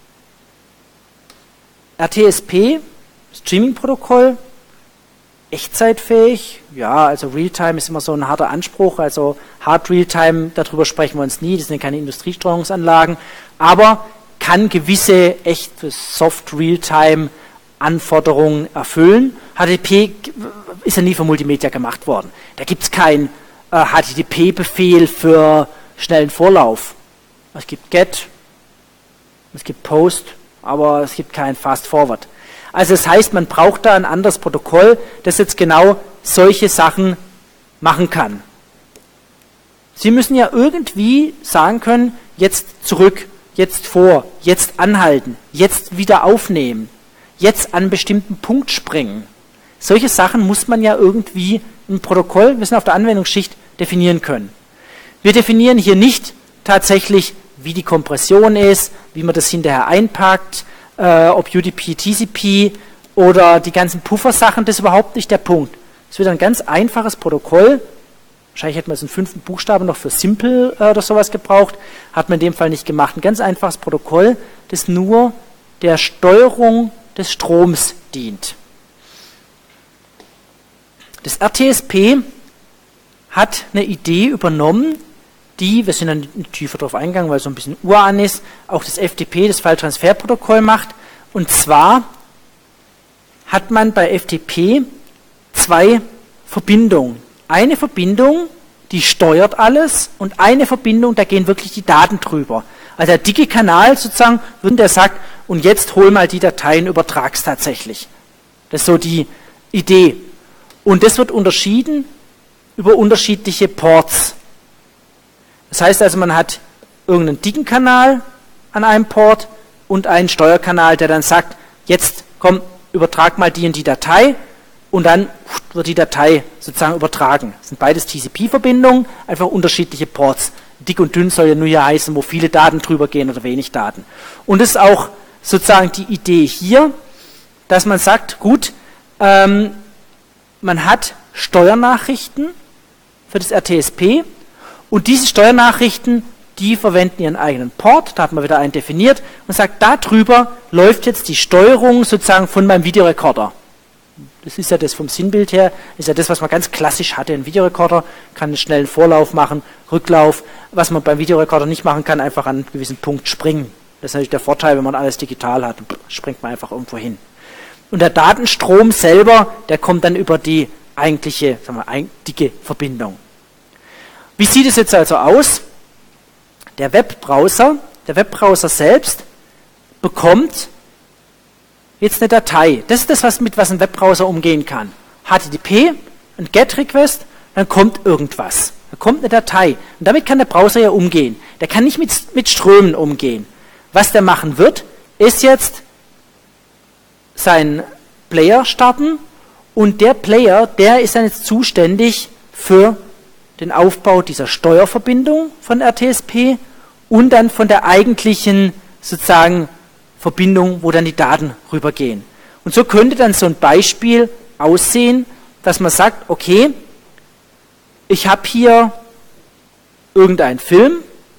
RTSP, Streaming-Protokoll, echtzeitfähig, ja, also Realtime ist immer so ein harter Anspruch, also Hard Realtime, darüber sprechen wir uns nie, das sind keine Industriesteuerungsanlagen, aber kann gewisse echte Soft Realtime Anforderungen erfüllen. HTTP ist ja nie für Multimedia gemacht worden. Da gibt es keinen HTTP-Befehl für schnellen Vorlauf. Es gibt GET, es gibt POST, aber es gibt kein Fast Forward. Also das heißt, man braucht da ein anderes Protokoll, das jetzt genau solche Sachen machen kann. Sie müssen ja irgendwie sagen können, jetzt zurück, jetzt vor, jetzt anhalten, jetzt wieder aufnehmen, jetzt an einen bestimmten Punkt springen. Solche Sachen muss man ja irgendwie im Protokoll, wir sind auf der Anwendungsschicht, definieren können. Wir definieren hier nicht tatsächlich, wie die Kompression ist, wie man das hinterher einpackt, ob UDP, TCP, oder die ganzen Puffersachen, das ist überhaupt nicht der Punkt. Es wird ein ganz einfaches Protokoll. Wahrscheinlich hätte man so einen 5. Buchstaben noch für Simple oder sowas gebraucht. Hat man in dem Fall nicht gemacht. Ein ganz einfaches Protokoll, das nur der Steuerung des Stroms dient. Das RTSP hat eine Idee übernommen, die, wir sind dann nicht tiefer darauf eingegangen, weil es so ein bisschen uralt ist, auch das FTP, das File-Transfer-Protokoll macht. Und zwar hat man bei FTP 2 Verbindungen. Eine Verbindung, die steuert alles, und eine Verbindung, da gehen wirklich die Daten drüber. Also der dicke Kanal sozusagen, der sagt, und jetzt hol mal die Dateien, übertrag's tatsächlich. Das ist so die Idee. Und das wird unterschieden über unterschiedliche Ports. Das heißt also, man hat irgendeinen dicken Kanal an einem Port und einen Steuerkanal, der dann sagt, jetzt komm, übertrag mal die und die Datei, und dann wird die Datei sozusagen übertragen. Das sind beides TCP-Verbindungen, einfach unterschiedliche Ports. Dick und dünn soll ja nur hier heißen, wo viele Daten drüber gehen oder wenig Daten. Und das ist auch sozusagen die Idee hier, dass man sagt, gut, man hat Steuernachrichten für das RTSP, und diese Steuernachrichten, die verwenden ihren eigenen Port, da hat man wieder einen definiert, und sagt, darüber läuft jetzt die Steuerung sozusagen von meinem Videorekorder. Das ist ja das vom Sinnbild her, ist ja das, was man ganz klassisch hatte. Ein Videorekorder kann einen schnellen Vorlauf machen, Rücklauf, was man beim Videorekorder nicht machen kann, einfach an einen gewissen Punkt springen. Das ist natürlich der Vorteil, wenn man alles digital hat, springt man einfach irgendwo hin. Und der Datenstrom selber, der kommt dann über die eigentliche, sagen wir, dicke Verbindung. Wie sieht es jetzt also aus? Der Webbrowser selbst bekommt jetzt eine Datei. Das ist das, mit was ein Webbrowser umgehen kann. HTTP, ein GET-Request, dann kommt irgendwas. Da kommt eine Datei. Und damit kann der Browser ja umgehen. Der kann nicht mit Strömen umgehen. Was der machen wird, ist jetzt seinen Player starten, und der Player, der ist dann jetzt zuständig für den Aufbau dieser Steuerverbindung von RTSP und dann von der eigentlichen sozusagen Verbindung, wo dann die Daten rübergehen. Und so könnte dann so ein Beispiel aussehen, dass man sagt, okay, ich habe hier irgendeinen Film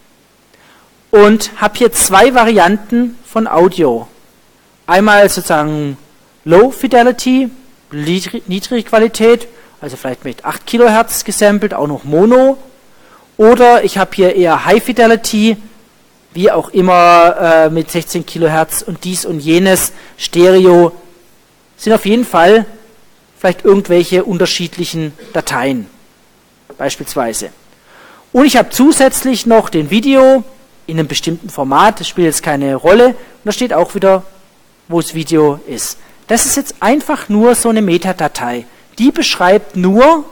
und habe hier 2 Varianten von Audio. Einmal sozusagen Low Fidelity, niedrige Qualität, also vielleicht mit 8 Kilohertz gesampelt, auch noch Mono. Oder ich habe hier eher High Fidelity, wie auch immer, mit 16 Kilohertz und dies und jenes, Stereo, sind auf jeden Fall vielleicht irgendwelche unterschiedlichen Dateien, beispielsweise. Und ich habe zusätzlich noch den Video in einem bestimmten Format, das spielt jetzt keine Rolle, und da steht auch wieder, wo das Video ist. Das ist jetzt einfach nur so eine Metadatei. Die beschreibt nur,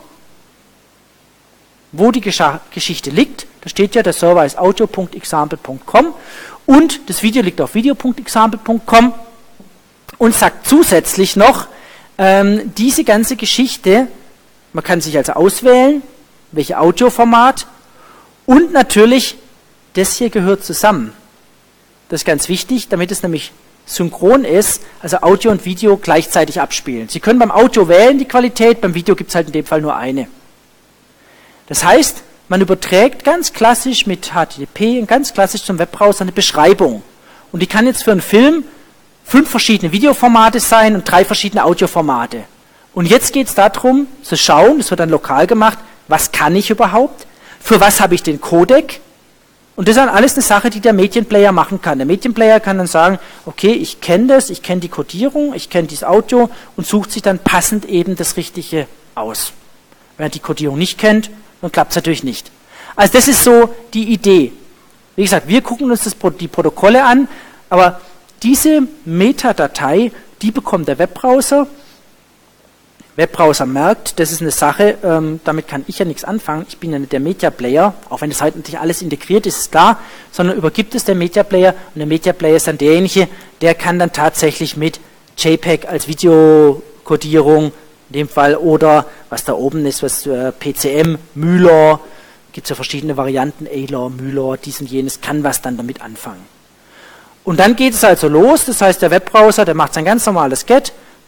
wo die Geschichte liegt. Da steht ja, der Server ist audio.example.com und das Video liegt auf video.example.com und sagt zusätzlich noch, diese ganze Geschichte, man kann sich also auswählen, welche Audioformat, und natürlich, das hier gehört zusammen. Das ist ganz wichtig, damit es nämlich synchron ist, also Audio und Video gleichzeitig abspielen. Sie können beim Audio wählen die Qualität, beim Video gibt es halt in dem Fall nur eine. Das heißt, man überträgt ganz klassisch mit HTTP und ganz klassisch zum Webbrowser eine Beschreibung. Und die kann jetzt für einen Film 5 verschiedene Videoformate sein und 3 verschiedene Audioformate. Und jetzt geht es darum, zu schauen, das wird dann lokal gemacht, was kann ich überhaupt, für was habe ich den Codec. Und das ist dann alles eine Sache, die der Medienplayer machen kann. Der Medienplayer kann dann sagen, okay, ich kenne das, ich kenne die Codierung, ich kenne dieses Audio und sucht sich dann passend eben das Richtige aus. Wenn er die Codierung nicht kennt, dann klappt es natürlich nicht. Also das ist so die Idee. Wie gesagt, wir gucken uns die Protokolle an, aber diese Metadatei, die bekommt der Webbrowser. Webbrowser merkt, das ist eine Sache, damit kann ich ja nichts anfangen. Ich bin ja nicht der Media Player, auch wenn das halt natürlich alles integriert ist, ist klar, sondern übergibt es der Media Player, und der Media Player ist dann derjenige, der kann dann tatsächlich mit JPEG als Videokodierung in dem Fall, oder was da oben ist, was PCM, Müller, gibt es ja verschiedene Varianten, Euler, Müller, dies und jenes, kann was dann damit anfangen. Und dann geht es also los, das heißt, der Webbrowser, der macht sein ganz normales GET,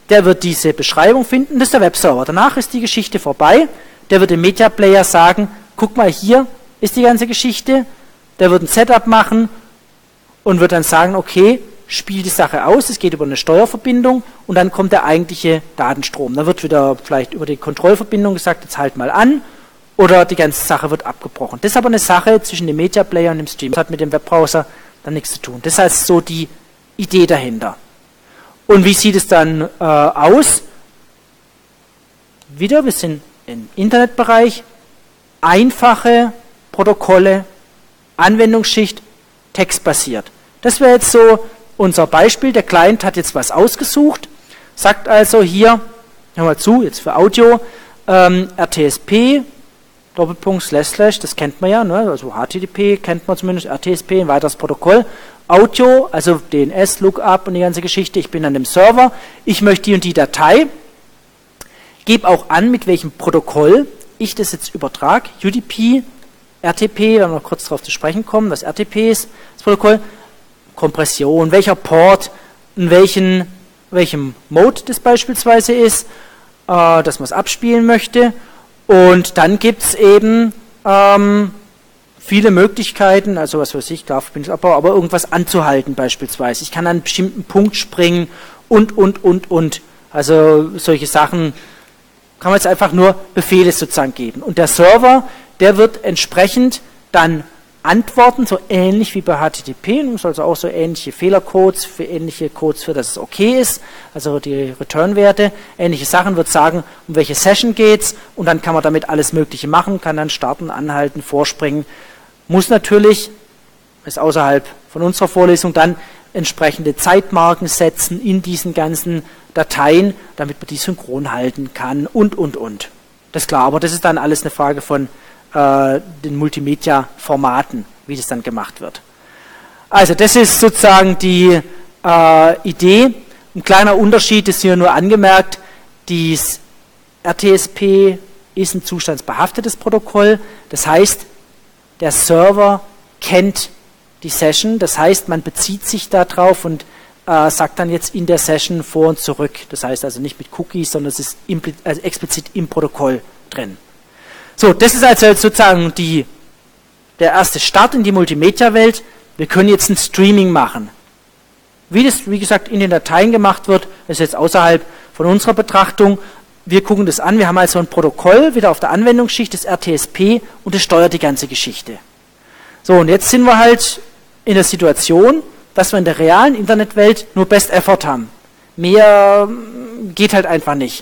der wird diese Beschreibung finden, das ist der Webserver. Danach ist die Geschichte vorbei, der wird dem Media Player sagen, guck mal, hier ist die ganze Geschichte, der wird ein Setup machen und wird dann sagen, okay, spiel die Sache aus, es geht über eine Steuerverbindung und dann kommt der eigentliche Datenstrom. Da wird wieder vielleicht über die Kontrollverbindung gesagt, jetzt halt mal an oder die ganze Sache wird abgebrochen. Das ist aber eine Sache zwischen dem Media Player und dem Stream. Das hat mit dem Webbrowser dann nichts zu tun. Das heißt so die Idee dahinter. Und wie sieht es dann aus? Wieder, wir sind im Internetbereich, einfache Protokolle, Anwendungsschicht, textbasiert. Das wäre jetzt so unser Beispiel. Der Client hat jetzt was ausgesucht, sagt also hier, hör mal zu, jetzt für Audio, RTSP, Doppelpunkt, //, das kennt man ja, ne? Also HTTP kennt man zumindest, RTSP, ein weiteres Protokoll. Audio, also DNS, Lookup und die ganze Geschichte, ich bin an dem Server, ich möchte die und die Datei, gebe auch an, mit welchem Protokoll ich das jetzt übertrage, UDP, RTP, wenn wir noch kurz darauf zu sprechen kommen, was RTP ist, das Protokoll, Kompression, welcher Port, in welchem Mode das beispielsweise ist, dass man es abspielen möchte. Und dann gibt es eben viele Möglichkeiten, also was weiß ich, klar, Verbindungsabbau, aber irgendwas anzuhalten beispielsweise. Ich kann an einen bestimmten Punkt springen und. Also solche Sachen kann man jetzt einfach nur Befehle sozusagen geben. Und der Server, der wird entsprechend dann antworten, so ähnlich wie bei HTTP, also auch so ähnliche Fehlercodes, für ähnliche Codes, für dass es okay ist, also die Return-Werte, ähnliche Sachen, wird sagen, um welche Session geht's und dann kann man damit alles Mögliche machen, kann dann starten, anhalten, vorspringen, muss natürlich, ist außerhalb von unserer Vorlesung, dann entsprechende Zeitmarken setzen in diesen ganzen Dateien, damit man die synchron halten kann und. Das ist klar, aber das ist dann alles eine Frage von den Multimedia-Formaten, wie das dann gemacht wird. Also das ist sozusagen die Idee. Ein kleiner Unterschied ist hier nur angemerkt, dies RTSP ist ein zustandsbehaftetes Protokoll, das heißt, der Server kennt die Session, das heißt, man bezieht sich darauf und sagt dann jetzt in der Session vor und zurück. Das heißt also nicht mit Cookies, sondern es ist explizit im Protokoll drin. So, das ist also sozusagen der erste Start in die Multimedia-Welt. Wir können jetzt ein Streaming machen. Wie das, wie gesagt, in den Dateien gemacht wird, ist jetzt außerhalb von unserer Betrachtung. Wir gucken das an, wir haben also ein Protokoll, wieder auf der Anwendungsschicht, das RTSP, und das steuert die ganze Geschichte. So, und jetzt sind wir halt in der Situation, dass wir in der realen Internetwelt nur Best Effort haben. Mehr geht halt einfach nicht.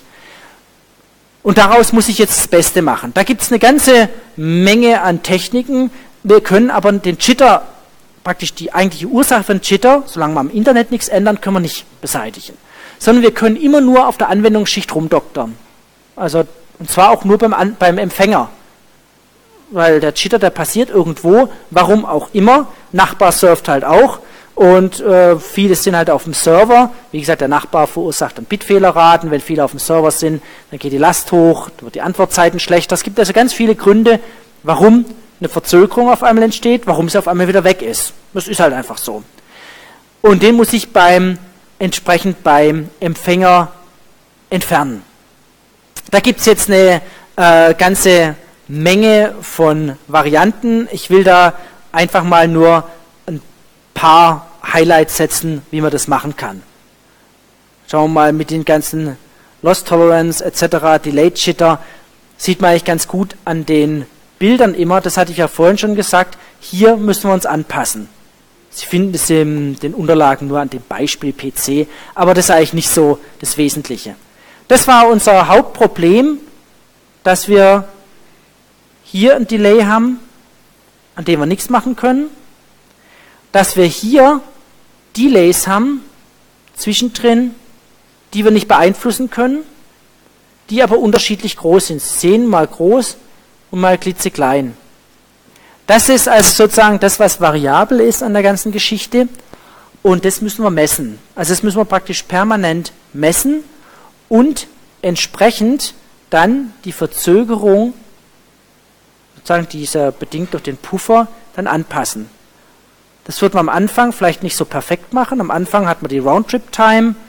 Und daraus muss ich jetzt das Beste machen. Da gibt es eine ganze Menge an Techniken. Wir können aber den Jitter, praktisch die eigentliche Ursache für den Jitter, solange wir am Internet nichts ändern, können wir nicht beseitigen. Sondern wir können immer nur auf der Anwendungsschicht rumdoktern. Also, und zwar auch nur beim Empfänger. Weil der Jitter, der passiert irgendwo, warum auch immer. Nachbar surft halt auch. Und viele sind halt auf dem Server. Wie gesagt, der Nachbar verursacht dann Bitfehlerraten. Wenn viele auf dem Server sind, dann geht die Last hoch, dann wird die Antwortzeiten schlechter. Es gibt also ganz viele Gründe, warum eine Verzögerung auf einmal entsteht, warum sie auf einmal wieder weg ist. Das ist halt einfach so. Und den muss ich entsprechend beim Empfänger entfernen. Da gibt es jetzt eine ganze Menge von Varianten. Ich will da einfach mal nur ein paar Highlights setzen, wie man das machen kann. Schauen wir mal mit den ganzen Loss Tolerance etc., Delayed Jitter, sieht man eigentlich ganz gut an den Bildern immer, das hatte ich ja vorhin schon gesagt, hier müssen wir uns anpassen. Sie finden es in den Unterlagen nur an dem Beispiel PC, aber das ist eigentlich nicht so das Wesentliche. Das war unser Hauptproblem, dass wir hier ein Delay haben, an dem wir nichts machen können, dass wir hier Delays haben, zwischendrin, die wir nicht beeinflussen können, die aber unterschiedlich groß sind. Sie sehen mal groß und mal klitzeklein. Das ist also sozusagen das, was variabel ist an der ganzen Geschichte, und das müssen wir messen. Also das müssen wir praktisch permanent messen und entsprechend dann die Verzögerung, sozusagen dieser bedingt durch den Puffer, dann anpassen. Das wird man am Anfang vielleicht nicht so perfekt machen. Am Anfang hat man die Roundtrip-Time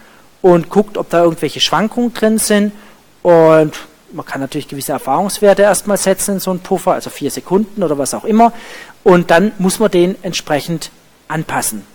und guckt, ob da irgendwelche Schwankungen drin sind. Und man kann natürlich gewisse Erfahrungswerte erstmal setzen in so einen Puffer, also 4 Sekunden oder was auch immer. Und dann muss man den entsprechend anpassen.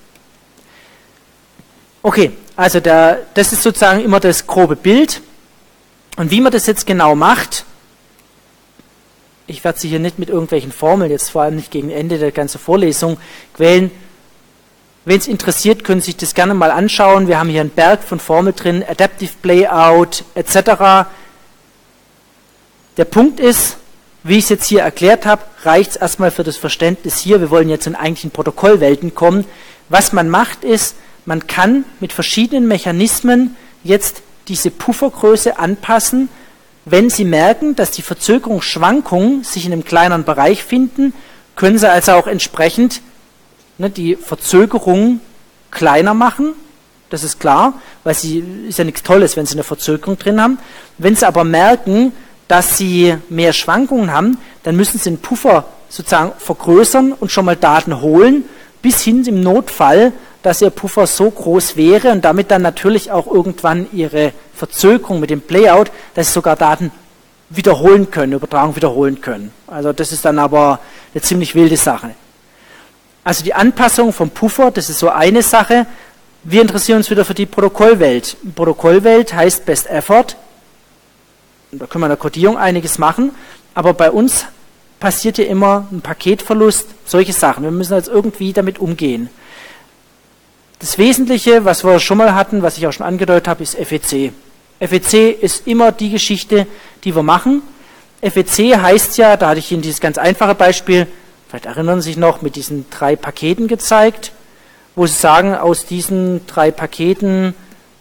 Okay, also das ist sozusagen immer das grobe Bild. Und wie man das jetzt genau macht, ich werde Sie hier nicht mit irgendwelchen Formeln, jetzt vor allem nicht gegen Ende der ganzen Vorlesung, quälen. Wenn es interessiert, können Sie sich das gerne mal anschauen. Wir haben hier einen Berg von Formeln drin, Adaptive Playout etc. Der Punkt ist, wie ich es jetzt hier erklärt habe, reicht es erstmal für das Verständnis hier. Wir wollen jetzt in eigentlichen Protokollwelten kommen. Was man macht ist, man kann mit verschiedenen Mechanismen jetzt diese Puffergröße anpassen. Wenn Sie merken, dass die Verzögerungsschwankungen sich in einem kleineren Bereich finden, können Sie also auch entsprechend die Verzögerung kleiner machen. Das ist klar, weil ist ja nichts Tolles, wenn Sie eine Verzögerung drin haben. Wenn Sie aber merken, dass Sie mehr Schwankungen haben, dann müssen Sie den Puffer sozusagen vergrößern und schon mal Daten holen, bis hin im Notfall, dass Ihr Puffer so groß wäre und damit dann natürlich auch irgendwann Ihre Verzögerung mit dem Playout, dass Sie sogar Daten wiederholen können, Übertragung wiederholen können. Also das ist dann aber eine ziemlich wilde Sache. Also die Anpassung vom Puffer, das ist so eine Sache. Wir interessieren uns wieder für die Protokollwelt. Protokollwelt heißt Best Effort. Da können wir in der Codierung einiges machen, aber bei uns passiert ja immer ein Paketverlust, solche Sachen. Wir müssen jetzt irgendwie damit umgehen. Das Wesentliche, was wir schon mal hatten, was ich auch schon angedeutet habe, ist FEC. FEC ist immer die Geschichte, die wir machen. FEC heißt ja, da hatte ich Ihnen dieses ganz einfache Beispiel, vielleicht erinnern Sie sich noch, mit diesen 3 Paketen gezeigt, wo Sie sagen, aus diesen 3 Paketen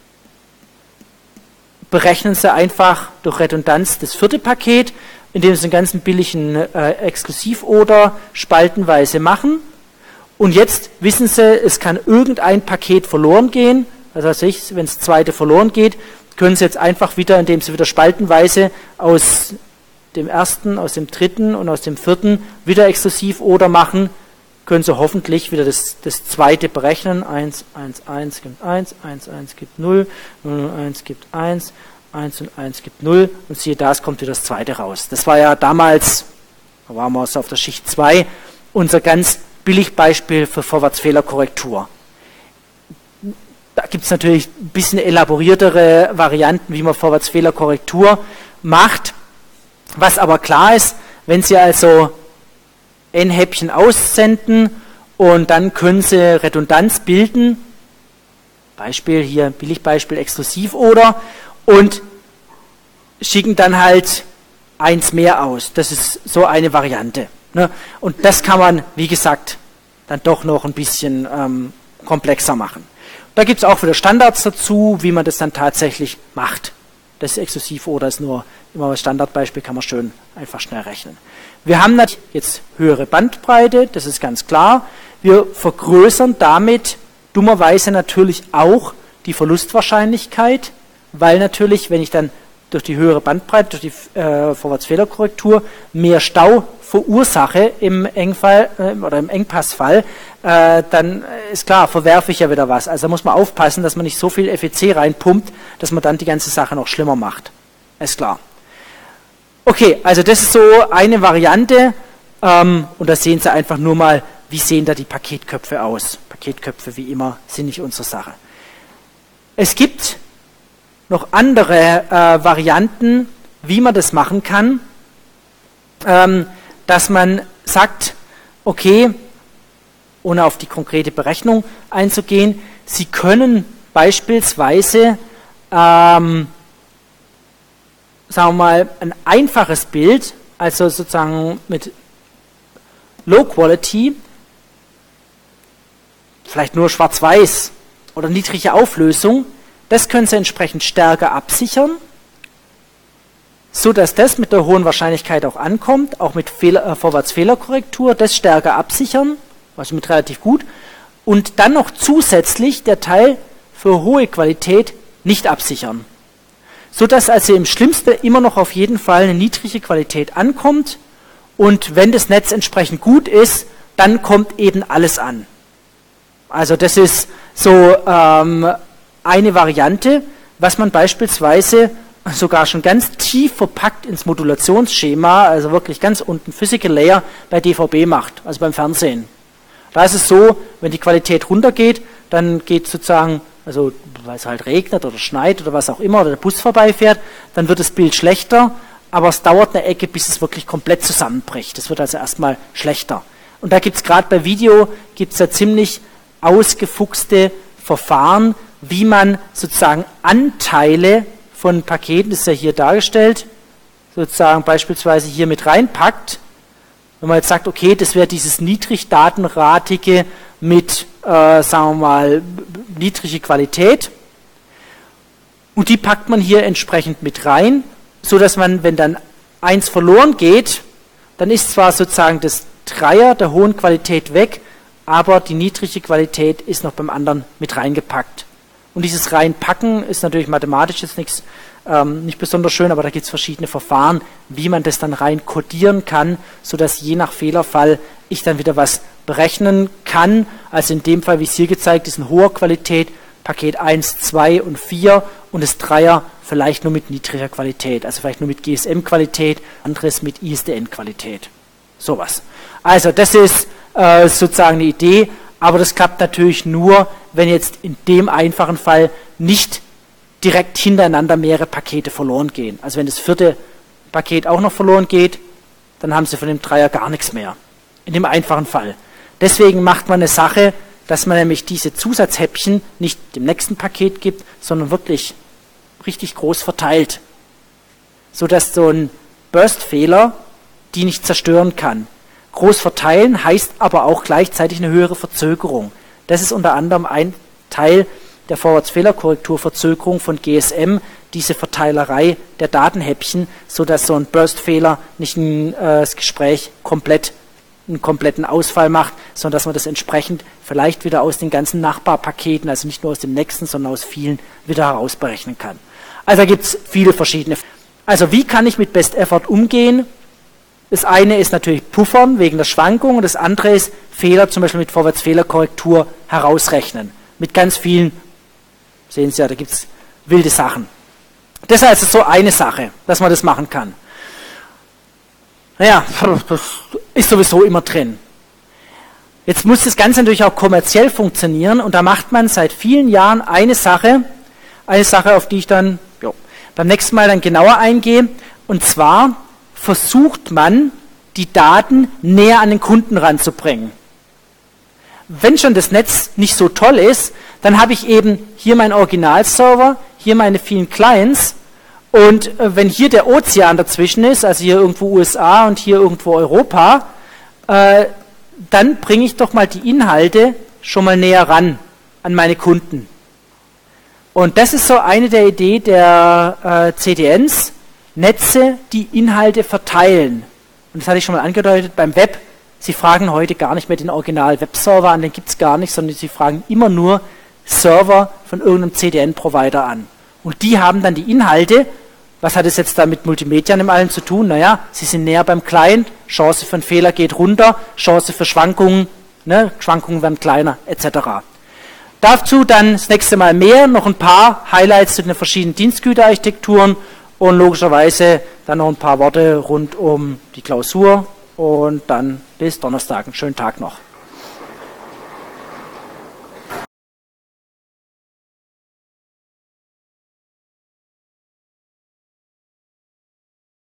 berechnen Sie einfach durch Redundanz das 4. Paket, indem Sie einen ganzen billigen Exklusivorder spaltenweise machen. Und jetzt wissen Sie, es kann irgendein Paket verloren gehen. Also wenn das 2. verloren geht, können Sie jetzt einfach wieder, indem Sie wieder spaltenweise aus dem 1., aus dem 3. und aus dem 4. wieder Exklusivorder machen, können Sie hoffentlich wieder das 2. berechnen. 1, 1, 1 gibt 1, 1, 1 gibt 0, 0, 1 gibt 1, 1 und 1 gibt 0 und siehe da, es kommt wieder das 2. raus. Das war ja damals, da waren wir so auf der Schicht 2, unser ganz Billigbeispiel für Vorwärtsfehlerkorrektur. Da gibt es natürlich ein bisschen elaboriertere Varianten, wie man Vorwärtsfehlerkorrektur macht. Was aber klar ist, wenn Sie also n Häppchen aussenden und dann können Sie Redundanz bilden, Beispiel hier, Billigbeispiel Exklusivorder, und schicken dann halt 1 mehr aus. Das ist so eine Variante. Ne? Und das kann man, wie gesagt, dann doch noch ein bisschen komplexer machen. Da gibt es auch wieder Standards dazu, wie man das dann tatsächlich macht. Das Exklusivorder ist nur immer ein Standardbeispiel, kann man schön einfach schnell rechnen. Wir haben natürlich jetzt höhere Bandbreite, das ist ganz klar. Wir vergrößern damit dummerweise natürlich auch die Verlustwahrscheinlichkeit, weil natürlich, wenn ich dann durch die höhere Bandbreite, durch die Vorwärtsfehlerkorrektur mehr Stau verursache im Engfall oder im Engpassfall, dann ist klar, verwerfe ich ja wieder was. Also da muss man aufpassen, dass man nicht so viel FEC reinpumpt, dass man dann die ganze Sache noch schlimmer macht. Ist klar. Okay, also das ist so eine Variante und da sehen Sie einfach nur mal, wie sehen da die Paketköpfe aus. Paketköpfe, wie immer, sind nicht unsere Sache. Es gibt noch andere Varianten, wie man das machen kann, dass man sagt, okay, ohne auf die konkrete Berechnung einzugehen, Sie können beispielsweise, sagen wir mal, ein einfaches Bild, also sozusagen mit Low Quality, vielleicht nur schwarz-weiß oder niedrige Auflösung, das können Sie entsprechend stärker absichern, so dass das mit der hohen Wahrscheinlichkeit auch ankommt, auch mit Vorwärtsfehlerkorrektur, das stärker absichern, also mit relativ gut, und dann noch zusätzlich der Teil für hohe Qualität nicht absichern. So dass also im schlimmsten immer noch auf jeden Fall eine niedrige Qualität ankommt und wenn das Netz entsprechend gut ist, dann kommt eben alles an. Also das ist so eine Variante, was man beispielsweise sogar schon ganz tief verpackt ins Modulationsschema, also wirklich ganz unten Physical Layer bei DVB macht, also beim Fernsehen. Da ist es so, wenn die Qualität runtergeht, dann geht sozusagen, also weil es halt regnet oder schneit oder was auch immer, oder der Bus vorbeifährt, dann wird das Bild schlechter, aber es dauert eine Ecke, bis es wirklich komplett zusammenbricht. Es wird also erstmal schlechter. Und da gibt es gerade bei Video, gibt es ja ziemlich ausgefuchste Verfahren, wie man sozusagen Anteile von Paketen, das ist ja hier dargestellt, sozusagen beispielsweise hier mit reinpackt. Wenn man jetzt sagt, okay, das wäre dieses niedrigdatenratige mit, sagen wir mal, niedrige Qualität. Und die packt man hier entsprechend mit rein, so dass man, wenn dann eins verloren geht, dann ist zwar sozusagen das Dreier der hohen Qualität weg, aber die niedrige Qualität ist noch beim anderen mit reingepackt. Und dieses Reinpacken ist natürlich mathematisch jetzt nichts, nicht besonders schön, aber da gibt es verschiedene Verfahren, wie man das dann rein codieren kann, sodass je nach Fehlerfall ich dann wieder was berechnen kann. Also in dem Fall, wie es hier gezeigt ist, in hoher Qualität, Paket 1, 2 und 4 und das Dreier vielleicht nur mit niedriger Qualität, also vielleicht nur mit GSM-Qualität, anderes mit ISDN-Qualität. Sowas. Also das ist sozusagen eine Idee, aber das klappt natürlich nur, wenn jetzt in dem einfachen Fall nicht direkt hintereinander mehrere Pakete verloren gehen. Also wenn das vierte Paket auch noch verloren geht, dann haben Sie von dem Dreier gar nichts mehr. In dem einfachen Fall. Deswegen macht man eine Sache, dass man nämlich diese Zusatzhäppchen nicht dem nächsten Paket gibt, sondern wirklich richtig groß verteilt. Sodass so ein Burst-Fehler die nicht zerstören kann. Groß verteilen heißt aber auch gleichzeitig eine höhere Verzögerung. Das ist unter anderem ein Teil der Vorwärtsfehlerkorrekturverzögerung von GSM, diese Verteilerei der Datenhäppchen, sodass so ein Burst-Fehler nicht das Gespräch einen kompletten Ausfall macht, sondern dass man das entsprechend vielleicht wieder aus den ganzen Nachbarpaketen, also nicht nur aus dem nächsten, sondern aus vielen, wieder herausberechnen kann. Also da gibt es viele verschiedene. Also wie kann ich mit Best Effort umgehen? Das eine ist natürlich Puffern wegen der Schwankung und das andere ist Fehler, zum Beispiel mit Vorwärtsfehlerkorrektur herausrechnen. Mit ganz vielen, sehen Sie ja, da gibt es wilde Sachen. Das ist also so eine Sache, dass man das machen kann. Naja, das ist sowieso immer drin. Jetzt muss das Ganze natürlich auch kommerziell funktionieren und da macht man seit vielen Jahren eine Sache, auf die ich dann beim nächsten Mal dann genauer eingehe, und zwar versucht man, die Daten näher an den Kunden ranzubringen. Wenn schon das Netz nicht so toll ist, dann habe ich eben hier meinen Originalserver, hier meine vielen Clients, und wenn hier der Ozean dazwischen ist, also hier irgendwo USA und hier irgendwo Europa, dann bringe ich doch mal die Inhalte schon mal näher ran an meine Kunden. Und das ist so eine der Ideen der CDNs, Netze, die Inhalte verteilen. Und das hatte ich schon mal angedeutet beim Web. Sie fragen heute gar nicht mehr den Original-Webserver an, den gibt es gar nicht, sondern Sie fragen immer nur Server von irgendeinem CDN-Provider an. Und die haben dann die Inhalte. Was hat es jetzt da mit Multimedia im Allen zu tun? Naja, sie sind näher beim Client, Chance für einen Fehler geht runter, Chance für Schwankungen, Schwankungen werden kleiner, etc. Dazu dann das nächste Mal mehr, noch ein paar Highlights zu den verschiedenen Dienstgüterarchitekturen und logischerweise dann noch ein paar Worte rund um die Klausur und dann bis Donnerstag. Einen schönen Tag noch.